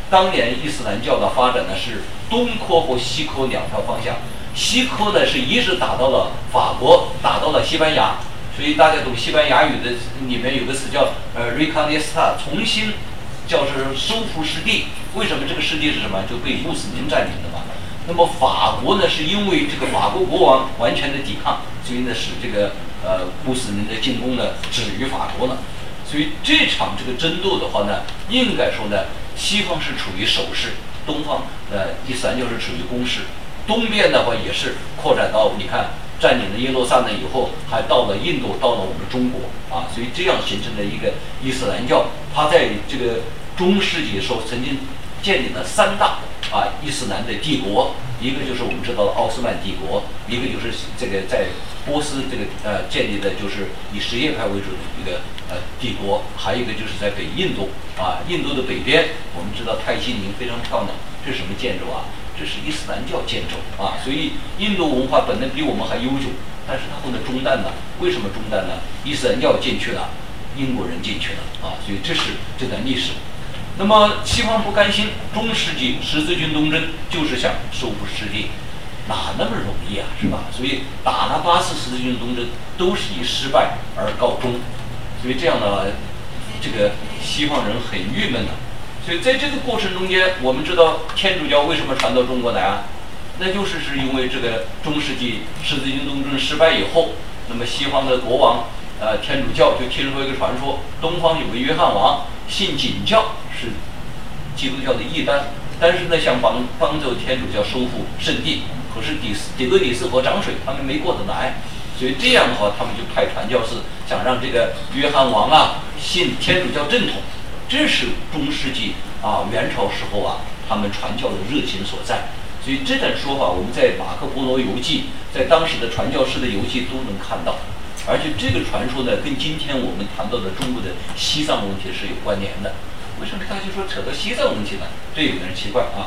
当年伊斯兰教的发展呢是东科和西科两条方向，西科呢是一直打到了法国，打到了西班牙，所以大家懂西班牙语的里面有个词叫reconquista， 重新叫是收复失地。为什么这个失地是什么？就被穆斯林占领的嘛。那么法国呢，是因为这个法国国王完全的抵抗，所以呢使这个穆斯林的进攻呢止于法国了。所以这场这个争斗的话呢，应该说呢，西方是处于守势，东方伊斯兰教是处于攻势。东边的话也是扩展到，你看占领了耶路撒冷以后，还到了印度，到了我们中国啊，所以这样形成了一个伊斯兰教。它在这个中世纪的时候曾经建立了3大伊斯兰的帝国，一个就是我们知道的奥斯曼帝国，一个就是这个在波斯这个建立的就是以什叶派为主的一个帝国，还有一个就是在北印度印度的北边，我们知道泰姬陵非常漂亮，这是什么建筑啊？这是伊斯兰教建筑所以印度文化本来比我们还悠久，但是它后来中断了。为什么中断呢？伊斯兰教进去了，英国人进去了所以这是这段历史。那么西方不甘心，中世纪十字军东征就是想收复失地，哪那么容易啊，是吧？所以打了8次十字军东征都是以失败而告终，所以这样呢，这个西方人很郁闷的。所以在这个过程中间，我们知道天主教为什么传到中国来啊？那就是因为这个中世纪十字军东征失败以后，那么西方的国王天主教就听说一个传说，东方有个约翰王信景教，是基督教的异端，但是呢想帮助天主教收复圣地，可是底格里斯河涨水，他们没过得来，所以这样的话，他们就派传教士想让这个约翰王信天主教正统。这是中世纪元朝时候他们传教的热情所在。所以这种说法，我们在马可波罗游记，在当时的传教士的游记都能看到。而且这个传说呢，跟今天我们谈到的中国的西藏问题是有关联的。为什么大家说扯到西藏问题呢？这有点奇怪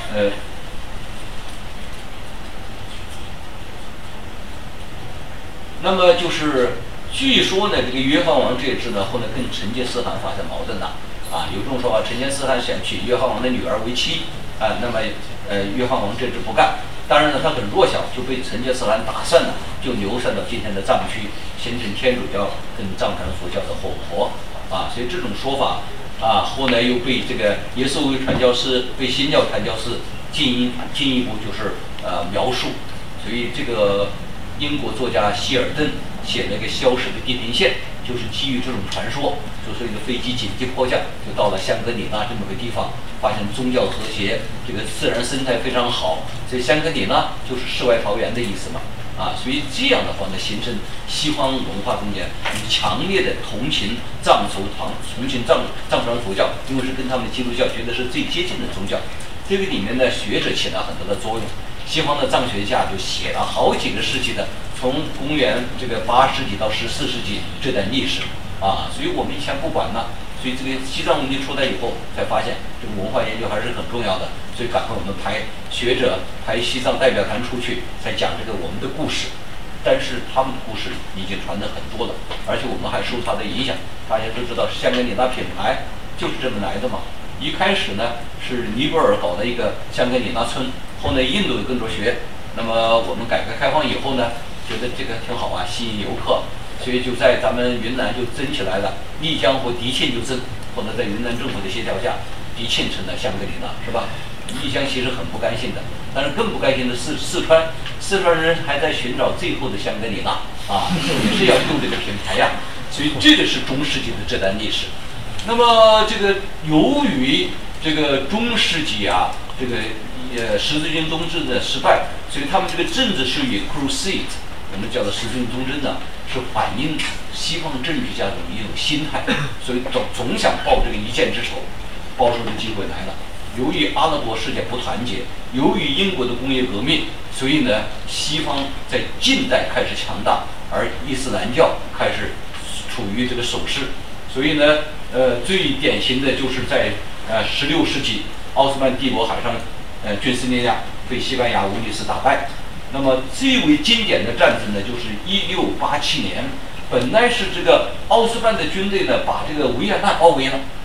那么就是据说呢，这个约翰王这支呢，后来跟成吉思汗发生矛盾了有这种说法，成吉思汗想娶约翰王的女儿为妻那么约翰王这支不干，当然呢他很弱小，就被成吉思汗打散了，就流散到今天的藏区，形成天主教跟藏传佛教的混合所以这种说法后来又被这个耶稣会传教士、被新教传教士进一步就是描述，所以这个英国作家希尔顿写了一个《消失的地平线》，就是基于这种传说，就是一个飞机紧急迫降，就到了香格里拉这么个地方，发现宗教和谐，这个自然生态非常好，所以香格里拉就是世外桃源的意思嘛所以这样的话呢，形成西方文化中间强烈的同情藏传佛教，因为是跟他们的基督教觉得是最接近的宗教。这个里面呢，学者起了很多的作用。西方的藏学家就写了好几个世纪的，从公元这个8世纪到14世纪这段历史所以我们以前不管了。所以这个西藏问题出来以后，才发现这个文化研究还是很重要的。所以赶快我们学者派西藏代表团出去，才讲这个我们的故事。但是他们的故事已经传得很多了，而且我们还受他的影响。大家都知道香格里拉品牌就是这么来的嘛。一开始呢是尼泊尔搞了一个香格里拉村，后来印度跟着学。那么我们改革开放以后呢，觉得这个挺好吸引游客。所以就在咱们云南就增起来了，丽江和迪庆就增，后来在云南政府的协调下，迪庆成了香格里拉，是吧？丽江其实很不甘心的，但是更不甘心的是四川人还在寻找最后的香格里拉也是要用这个品牌所以这个是中世纪的这段历史。那么这个由于这个中世纪这个十字军东征的失败，所以他们这个政治是以 crusade， 我们叫做十字军东征是反映西方政治家的一种心态，所以总想报这个一箭之仇，报仇的机会来了。由于阿拉伯世界不团结，由于英国的工业革命，所以呢，西方在近代开始强大，而伊斯兰教开始处于这个守势。所以呢，最典型的就是在16世纪，奥斯曼帝国海上军事力量被西班牙威尼斯打败。那么最为经典的战争呢，就是1687年，本来是这个奥斯曼的军队呢把这个维也纳包围了，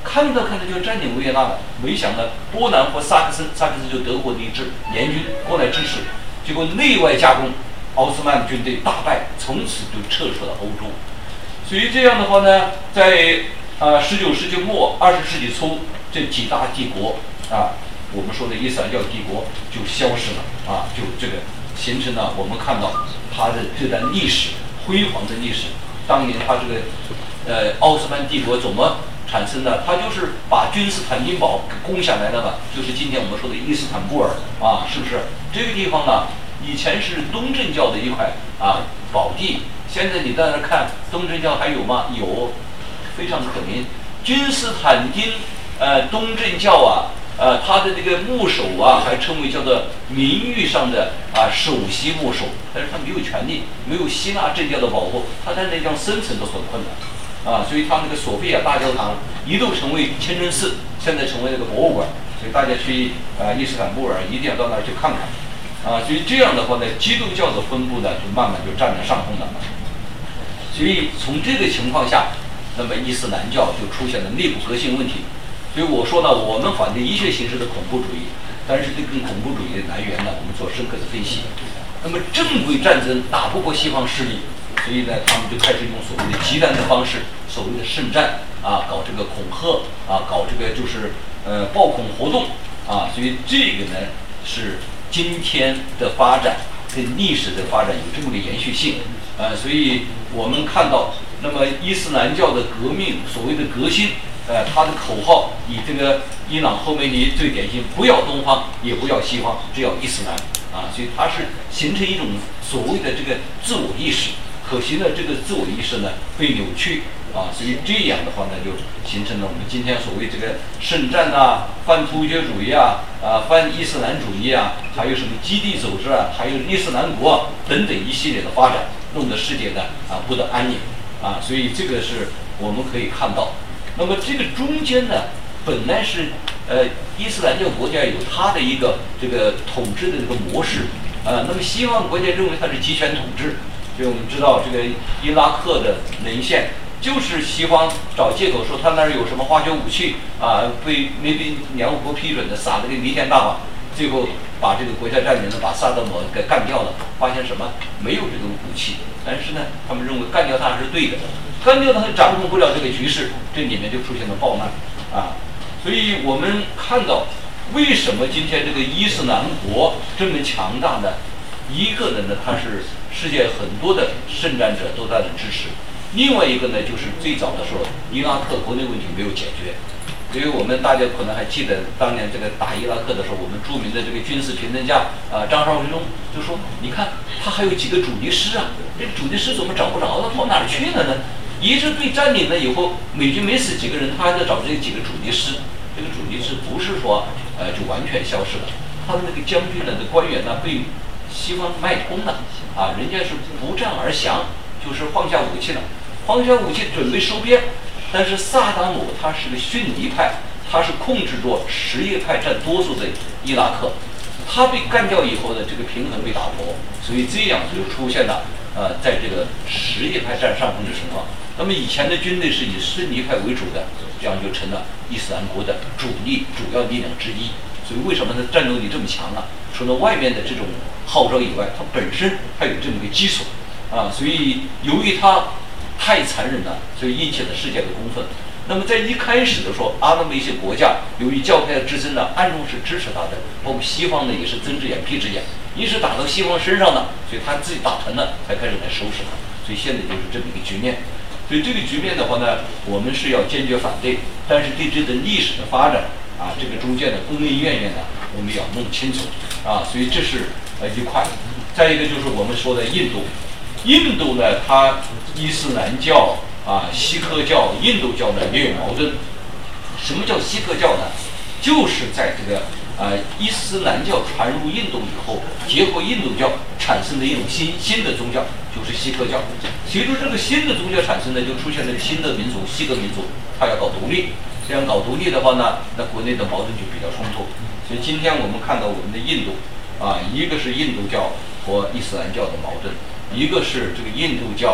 看着看着就占领维也纳了，没想到波兰和萨克森就德国的一支联军过来支持，结果内外夹攻，奥斯曼军队大败，从此就撤出了欧洲。所以这样的话呢，在19世纪末20世纪初，这几大帝国我们说的伊斯兰教帝国就消失了就这个形成了我们看到它的这段历史辉煌的历史。当年它这个奥斯曼帝国怎么产生的？它就是把君士坦丁堡攻下来了嘛，就是今天我们说的伊斯坦布尔是不是？这个地方呢，以前是东正教的一块宝地。现在你在那看东正教还有吗？有，非常可怜。君士坦丁东正教他的这个牧首还称为叫做名誉上的首席牧首，但是他没有权利，没有希腊正教的保护，他在那地方生存都很困难所以他那个索菲亚大教堂一度成为清真寺，现在成为那个博物馆，所以大家去伊斯坦布尔一定要到那儿去看看所以这样的话呢，基督教的分布呢就慢慢就占了上风了。所以从这个情况下，那么伊斯兰教就出现了内部革新问题。所以我说呢，我们反对一切形式的恐怖主义，但是这跟恐怖主义的来源呢，我们做深刻的分析。那么正规战争打不过西方势力，所以呢，他们就开始用所谓的极端的方式，所谓的圣战搞这个恐吓搞这个就是暴恐活动所以这个呢是今天的发展跟历史的发展有这么个延续性所以我们看到，那么伊斯兰教的革命，所谓的革新。他的口号以这个伊朗后梅尼最典型，不要东方，也不要西方，只要伊斯兰所以它是形成一种所谓的这个自我意识。可惜呢，这个自我意识呢被扭曲所以这样的话呢，就形成了我们今天所谓这个圣战泛突厥主义泛伊斯兰主义还有什么基地组织还有伊斯兰国等等一系列的发展，弄得世界呢不得安宁所以这个是我们可以看到。那么这个中间呢，本来是伊斯兰教国家有它的一个这个统治的这个模式那么西方国家认为它是集权统治，所以我们知道这个伊拉克的沦陷，就是西方找借口说他那儿有什么化学武器没被联合国批准的，撒了个弥天大法，最后把这个国家占领了，把萨达姆给干掉了，发现什么？没有这个武器，但是呢，他们认为干掉他还是对的。干掉他掌控不了这个局势，这里面就出现了暴乱所以我们看到为什么今天这个伊斯兰国这么强大呢？一个呢，它是世界很多的圣战者都在那支持；另外一个呢，就是最早的时候伊拉克国内问题没有解决。所以我们大家可能还记得当年这个打伊拉克的时候，我们著名的这个军事评论家张绍忠就说：“你看他还有几个主力师这个主力师怎么找不着了？跑哪儿去了呢？”一直被占领了以后，美军没死几个人，他还在找这几个主力师。这个主力师不是说就完全消失了，他的那个将军呢的官员呢被西方卖空了人家是不战而降，就是放下武器了，放下武器准备收编。但是萨达姆他是个逊尼派，他是控制着什叶派占多数的伊拉克，他被干掉以后呢，这个平衡被打破，所以这样就出现了在这个什叶派占上风的情况。那么以前的军队是以逊尼派为主的，这样就成了伊斯兰国的主要力量之一。所以为什么它战斗力这么强除了外面的这种号召以外，它本身还有这么个基础所以由于它太残忍了，所以引起了世界的公愤。那么在一开始的时候，那么一些国家由于教派的之争呢，暗中是支持他的，包括西方呢也是睁只眼闭只眼，一直打到西方身上了，所以他自己打团呢才开始来收拾他。所以现在就是这么一个局面。所以这个局面的话呢，我们是要坚决反对，但是对这个历史的发展这个中间的恩恩怨怨呢，我们要弄清楚所以这是一块。再一个就是我们说的印度呢，它伊斯兰教锡克教、印度教呢也有矛盾。什么叫锡克教呢？就是在这个伊斯兰教传入印度以后，结合印度教产生的一种新的宗教，就是锡克教。随着这个新的宗教产生呢，就出现了新的民族，锡克民族，他要搞独立。这样搞独立的话呢，那国内的矛盾就比较冲突。所以今天我们看到我们的印度一个是印度教和伊斯兰教的矛盾，一个是这个印度教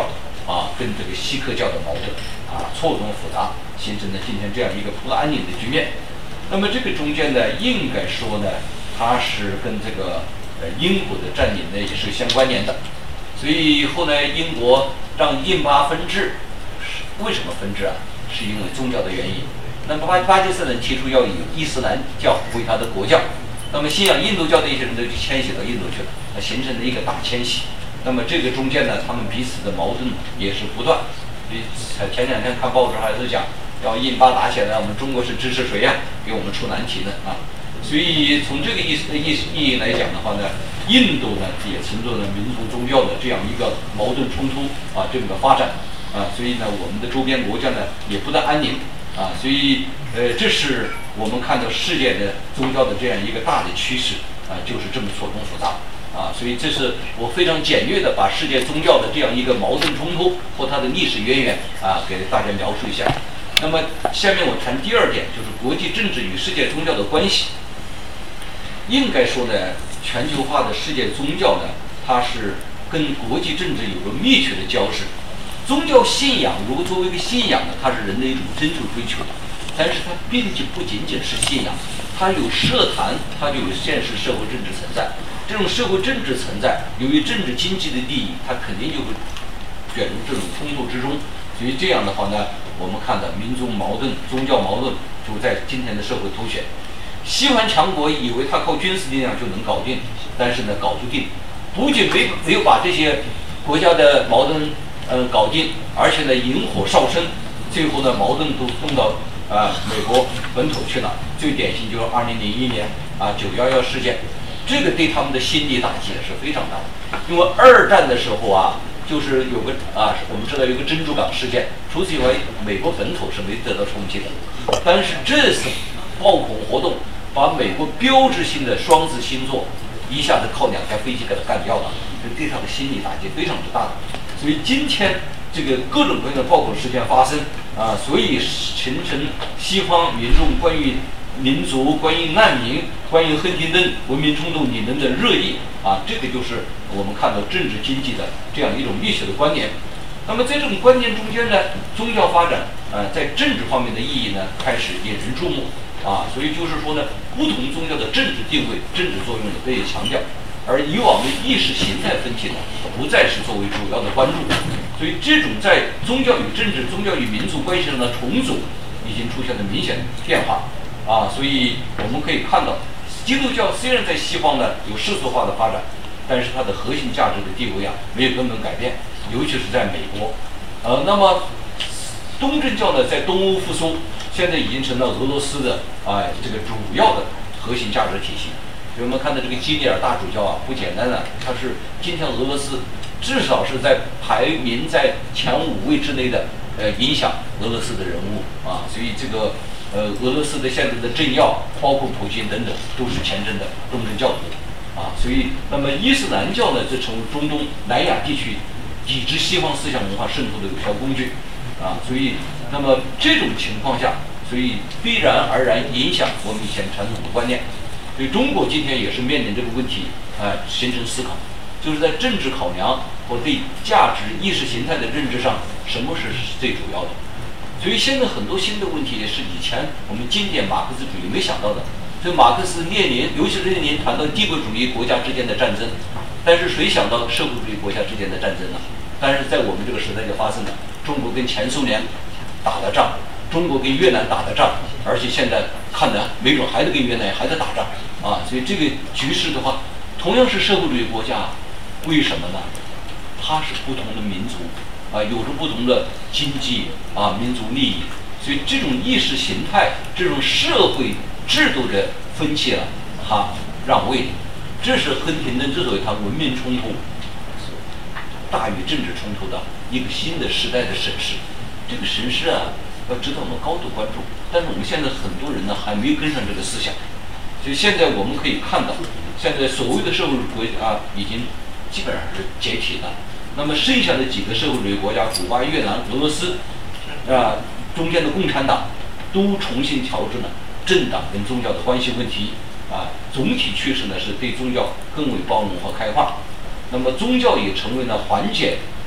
跟这个锡克教的矛盾错综复杂，形成了今天这样一个不安宁的局面。那么这个中间呢，应该说呢，它是跟这个英国的占领呢也是相关联的。所以后来英国让印巴分治，为什么分治啊？是因为宗教的原因。那么巴基斯坦提出要以伊斯兰教为他的国教，那么信仰印度教的一些人都迁徙到印度去了，形成了一个大迁徙。那么这个中间呢，他们彼此的矛盾也是不断。前两天看报纸还是讲，要印巴打起来，我们中国是支持谁呀？给我们出难题呢所以从这个意义来讲的话呢，印度呢也承受了民族宗教的这样一个矛盾冲突这么个发展所以呢，我们的周边国家呢也不大安宁所以这是我们看到世界的宗教的这样一个大的趋势就是这么错综复杂所以这是我非常简略的把世界宗教的这样一个矛盾冲突或它的历史渊源给大家描述一下。那么下面我谈第二点，就是国际政治与世界宗教的关系。应该说呢，全球化的世界宗教呢，它是跟国际政治有着密切的交织。宗教信仰如果作为一个信仰呢，它是人的一种真正追求的，但是它并不仅仅是信仰，它有社坛，它就有现实社会政治存在。这种社会政治存在，由于政治经济的利益，它肯定就会卷入这种冲突之中。所以这样的话呢，我们看到民族矛盾、宗教矛盾就在今天的社会凸显。西方强国以为他靠军事力量就能搞定，但是呢，搞不定。不仅没有把这些国家的矛盾搞定，而且呢引火烧身，最后呢矛盾都动到美国本土去了。最典型就是2001年911事件，这个对他们的心理打击也是非常大的。因为二战的时候就是有个我们知道有个珍珠港事件，除此以外，美国本土是没得到冲击的。但是这次暴恐活动把美国标志性的双子星座一下子靠2架飞机给它干掉了，这对他的心理打击非常之大的。所以今天这个各种各样的暴恐事件发生所以形成西方民众关于民族、关于难民、关于亨廷顿文明冲突理论的热议这个就是我们看到政治经济的这样一种密切的关联。那么在这种关联中间呢，宗教发展在政治方面的意义呢开始引人注目所以就是说呢，不同宗教的政治定位、政治作用呢被强调，而以往的意识形态分歧呢不再是作为主要的关注。所以这种在宗教与政治、宗教与民族关系上的重组已经出现了明显的变化所以我们可以看到，基督教虽然在西方呢有世俗化的发展，但是它的核心价值的地位没有根本改变，尤其是在美国。那么东正教呢在东欧复苏，现在已经成了俄罗斯的这个主要的核心价值体系。所以我们看到这个基里尔大主教不简单了，他是今天俄罗斯至少是在排名在前5位之内的影响俄罗斯的人物所以这个俄罗斯的现在的政要，包括普京等等，都是虔诚的东正教徒所以那么伊斯兰教呢，就成为中东南亚地区抵制西方思想文化渗透的有效工具所以那么这种情况下，所以必然而然影响我们以前传统的观念。所以中国今天也是面临这个问题形成思考，就是在政治考量或对价值意识形态的认知上，什么是最主要的。所以现在很多新的问题也是以前我们经典马克思主义没想到的。所以马克思列宁，尤其是列宁谈到帝国主义国家之间的战争，但是谁想到社会主义国家之间的战争呢？但是在我们这个时代就发生了，中国跟前苏联打的仗，中国跟越南打的仗，而且现在看来没准还得跟越南还得打仗所以这个局势的话，同样是社会主义国家，为什么呢？它是不同的民族有着不同的经济民族利益，所以这种意识形态、这种社会制度的分歧它让位，这是亨廷顿之所以他文明冲突大于政治冲突的一个新的时代的审视。这个审视要值得我们高度关注，但是我们现在很多人呢还没有跟上这个思想。所以现在我们可以看到，现在所谓的社会主义国家已经基本上是解体了。那么剩下的几个社会主义国家，古巴、越南、俄罗斯中间的共产党都重新调整了政党跟宗教的关系问题总体趋势呢是对宗教更为包容和开放。那么宗教也成为了缓解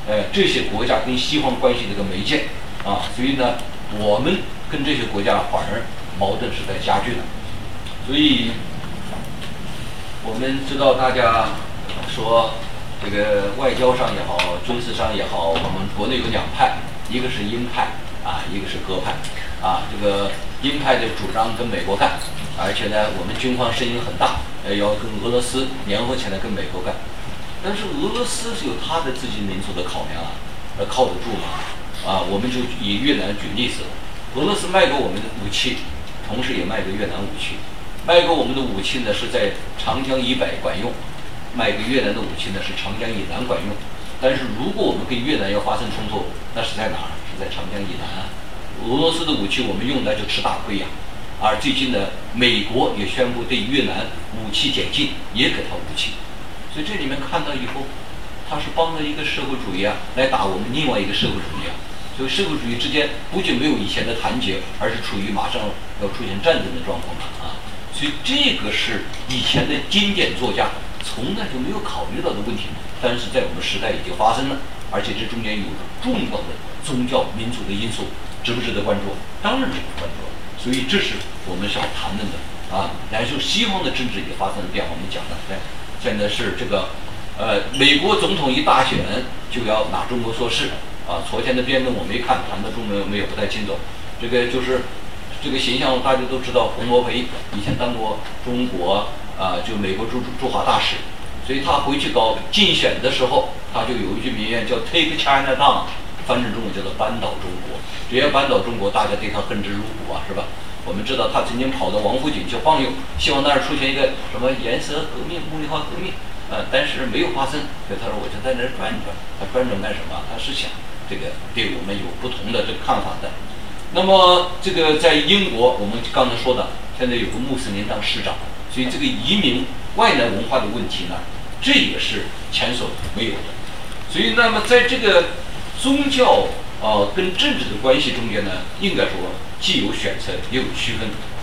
这些国家跟西方关系的一个媒介啊，所以呢，我们跟这些国家反而矛盾是在加剧的。所以我们知道，大家说这个外交上也好，军事上也好，我们国内有两派，一个是鹰派啊，一个是鸽派啊。这个鹰派的主张跟美国干，而且呢，我们军方声音很大，要跟俄罗斯联合起来跟美国干。但是俄罗斯是有他的自己民族的考量啊，靠得住吗？啊，我们就以越南举例子，俄罗斯卖给我们的武器，同时也卖给越南武器，卖给我们的武器呢是在长江以北管用，卖给越南的武器呢是长江以南管用。但是如果我们跟越南要发生冲突，那是在哪儿？是在长江以南啊。俄罗斯的武器我们用来就吃大亏呀。而最近呢，美国也宣布对越南武器解禁，也给他武器。所以这里面看到以后，他是帮着一个社会主义啊，来打我们另外一个社会主义啊。所以社会主义之间不仅没有以前的团结，而是处于马上要出现战争的状况了啊。所以这个是以前的经典作家从来就没有考虑到的问题，但是在我们时代已经发生了，而且这中间有重要的宗教民族的因素，值不值得关注？当然值得关注。所以这是我们想谈论的啊。然后西方的政治也发生了变化，我们讲的现在是这个美国总统一大选就要拿中国说事啊。昨天的辩论我没看，谈的中文没有不太清楚。这个就是这个形象大家都知道，洪博培以前当过中国就美国驻华大使，所以他回去搞竞选的时候，他就有一句名言叫 “Take China down”， 翻成中文叫做扳倒中国。只要扳倒中国，大家对他恨之入骨啊，是吧？我们知道他曾经跑到王府井去晃悠，希望那儿出现一个什么颜色革命、茉莉花革命，但是没有发生。所以他说我就在那儿转一转，他转转干什么？他是想这个对我们有不同的这个看法的。那么这个在英国，我们刚才说的，现在有个穆斯林当市长，所以这个移民外来文化的问题呢，这也是前所未有的。所以那么在这个宗教跟政治的关系中间呢，应该说既有选择也有区分。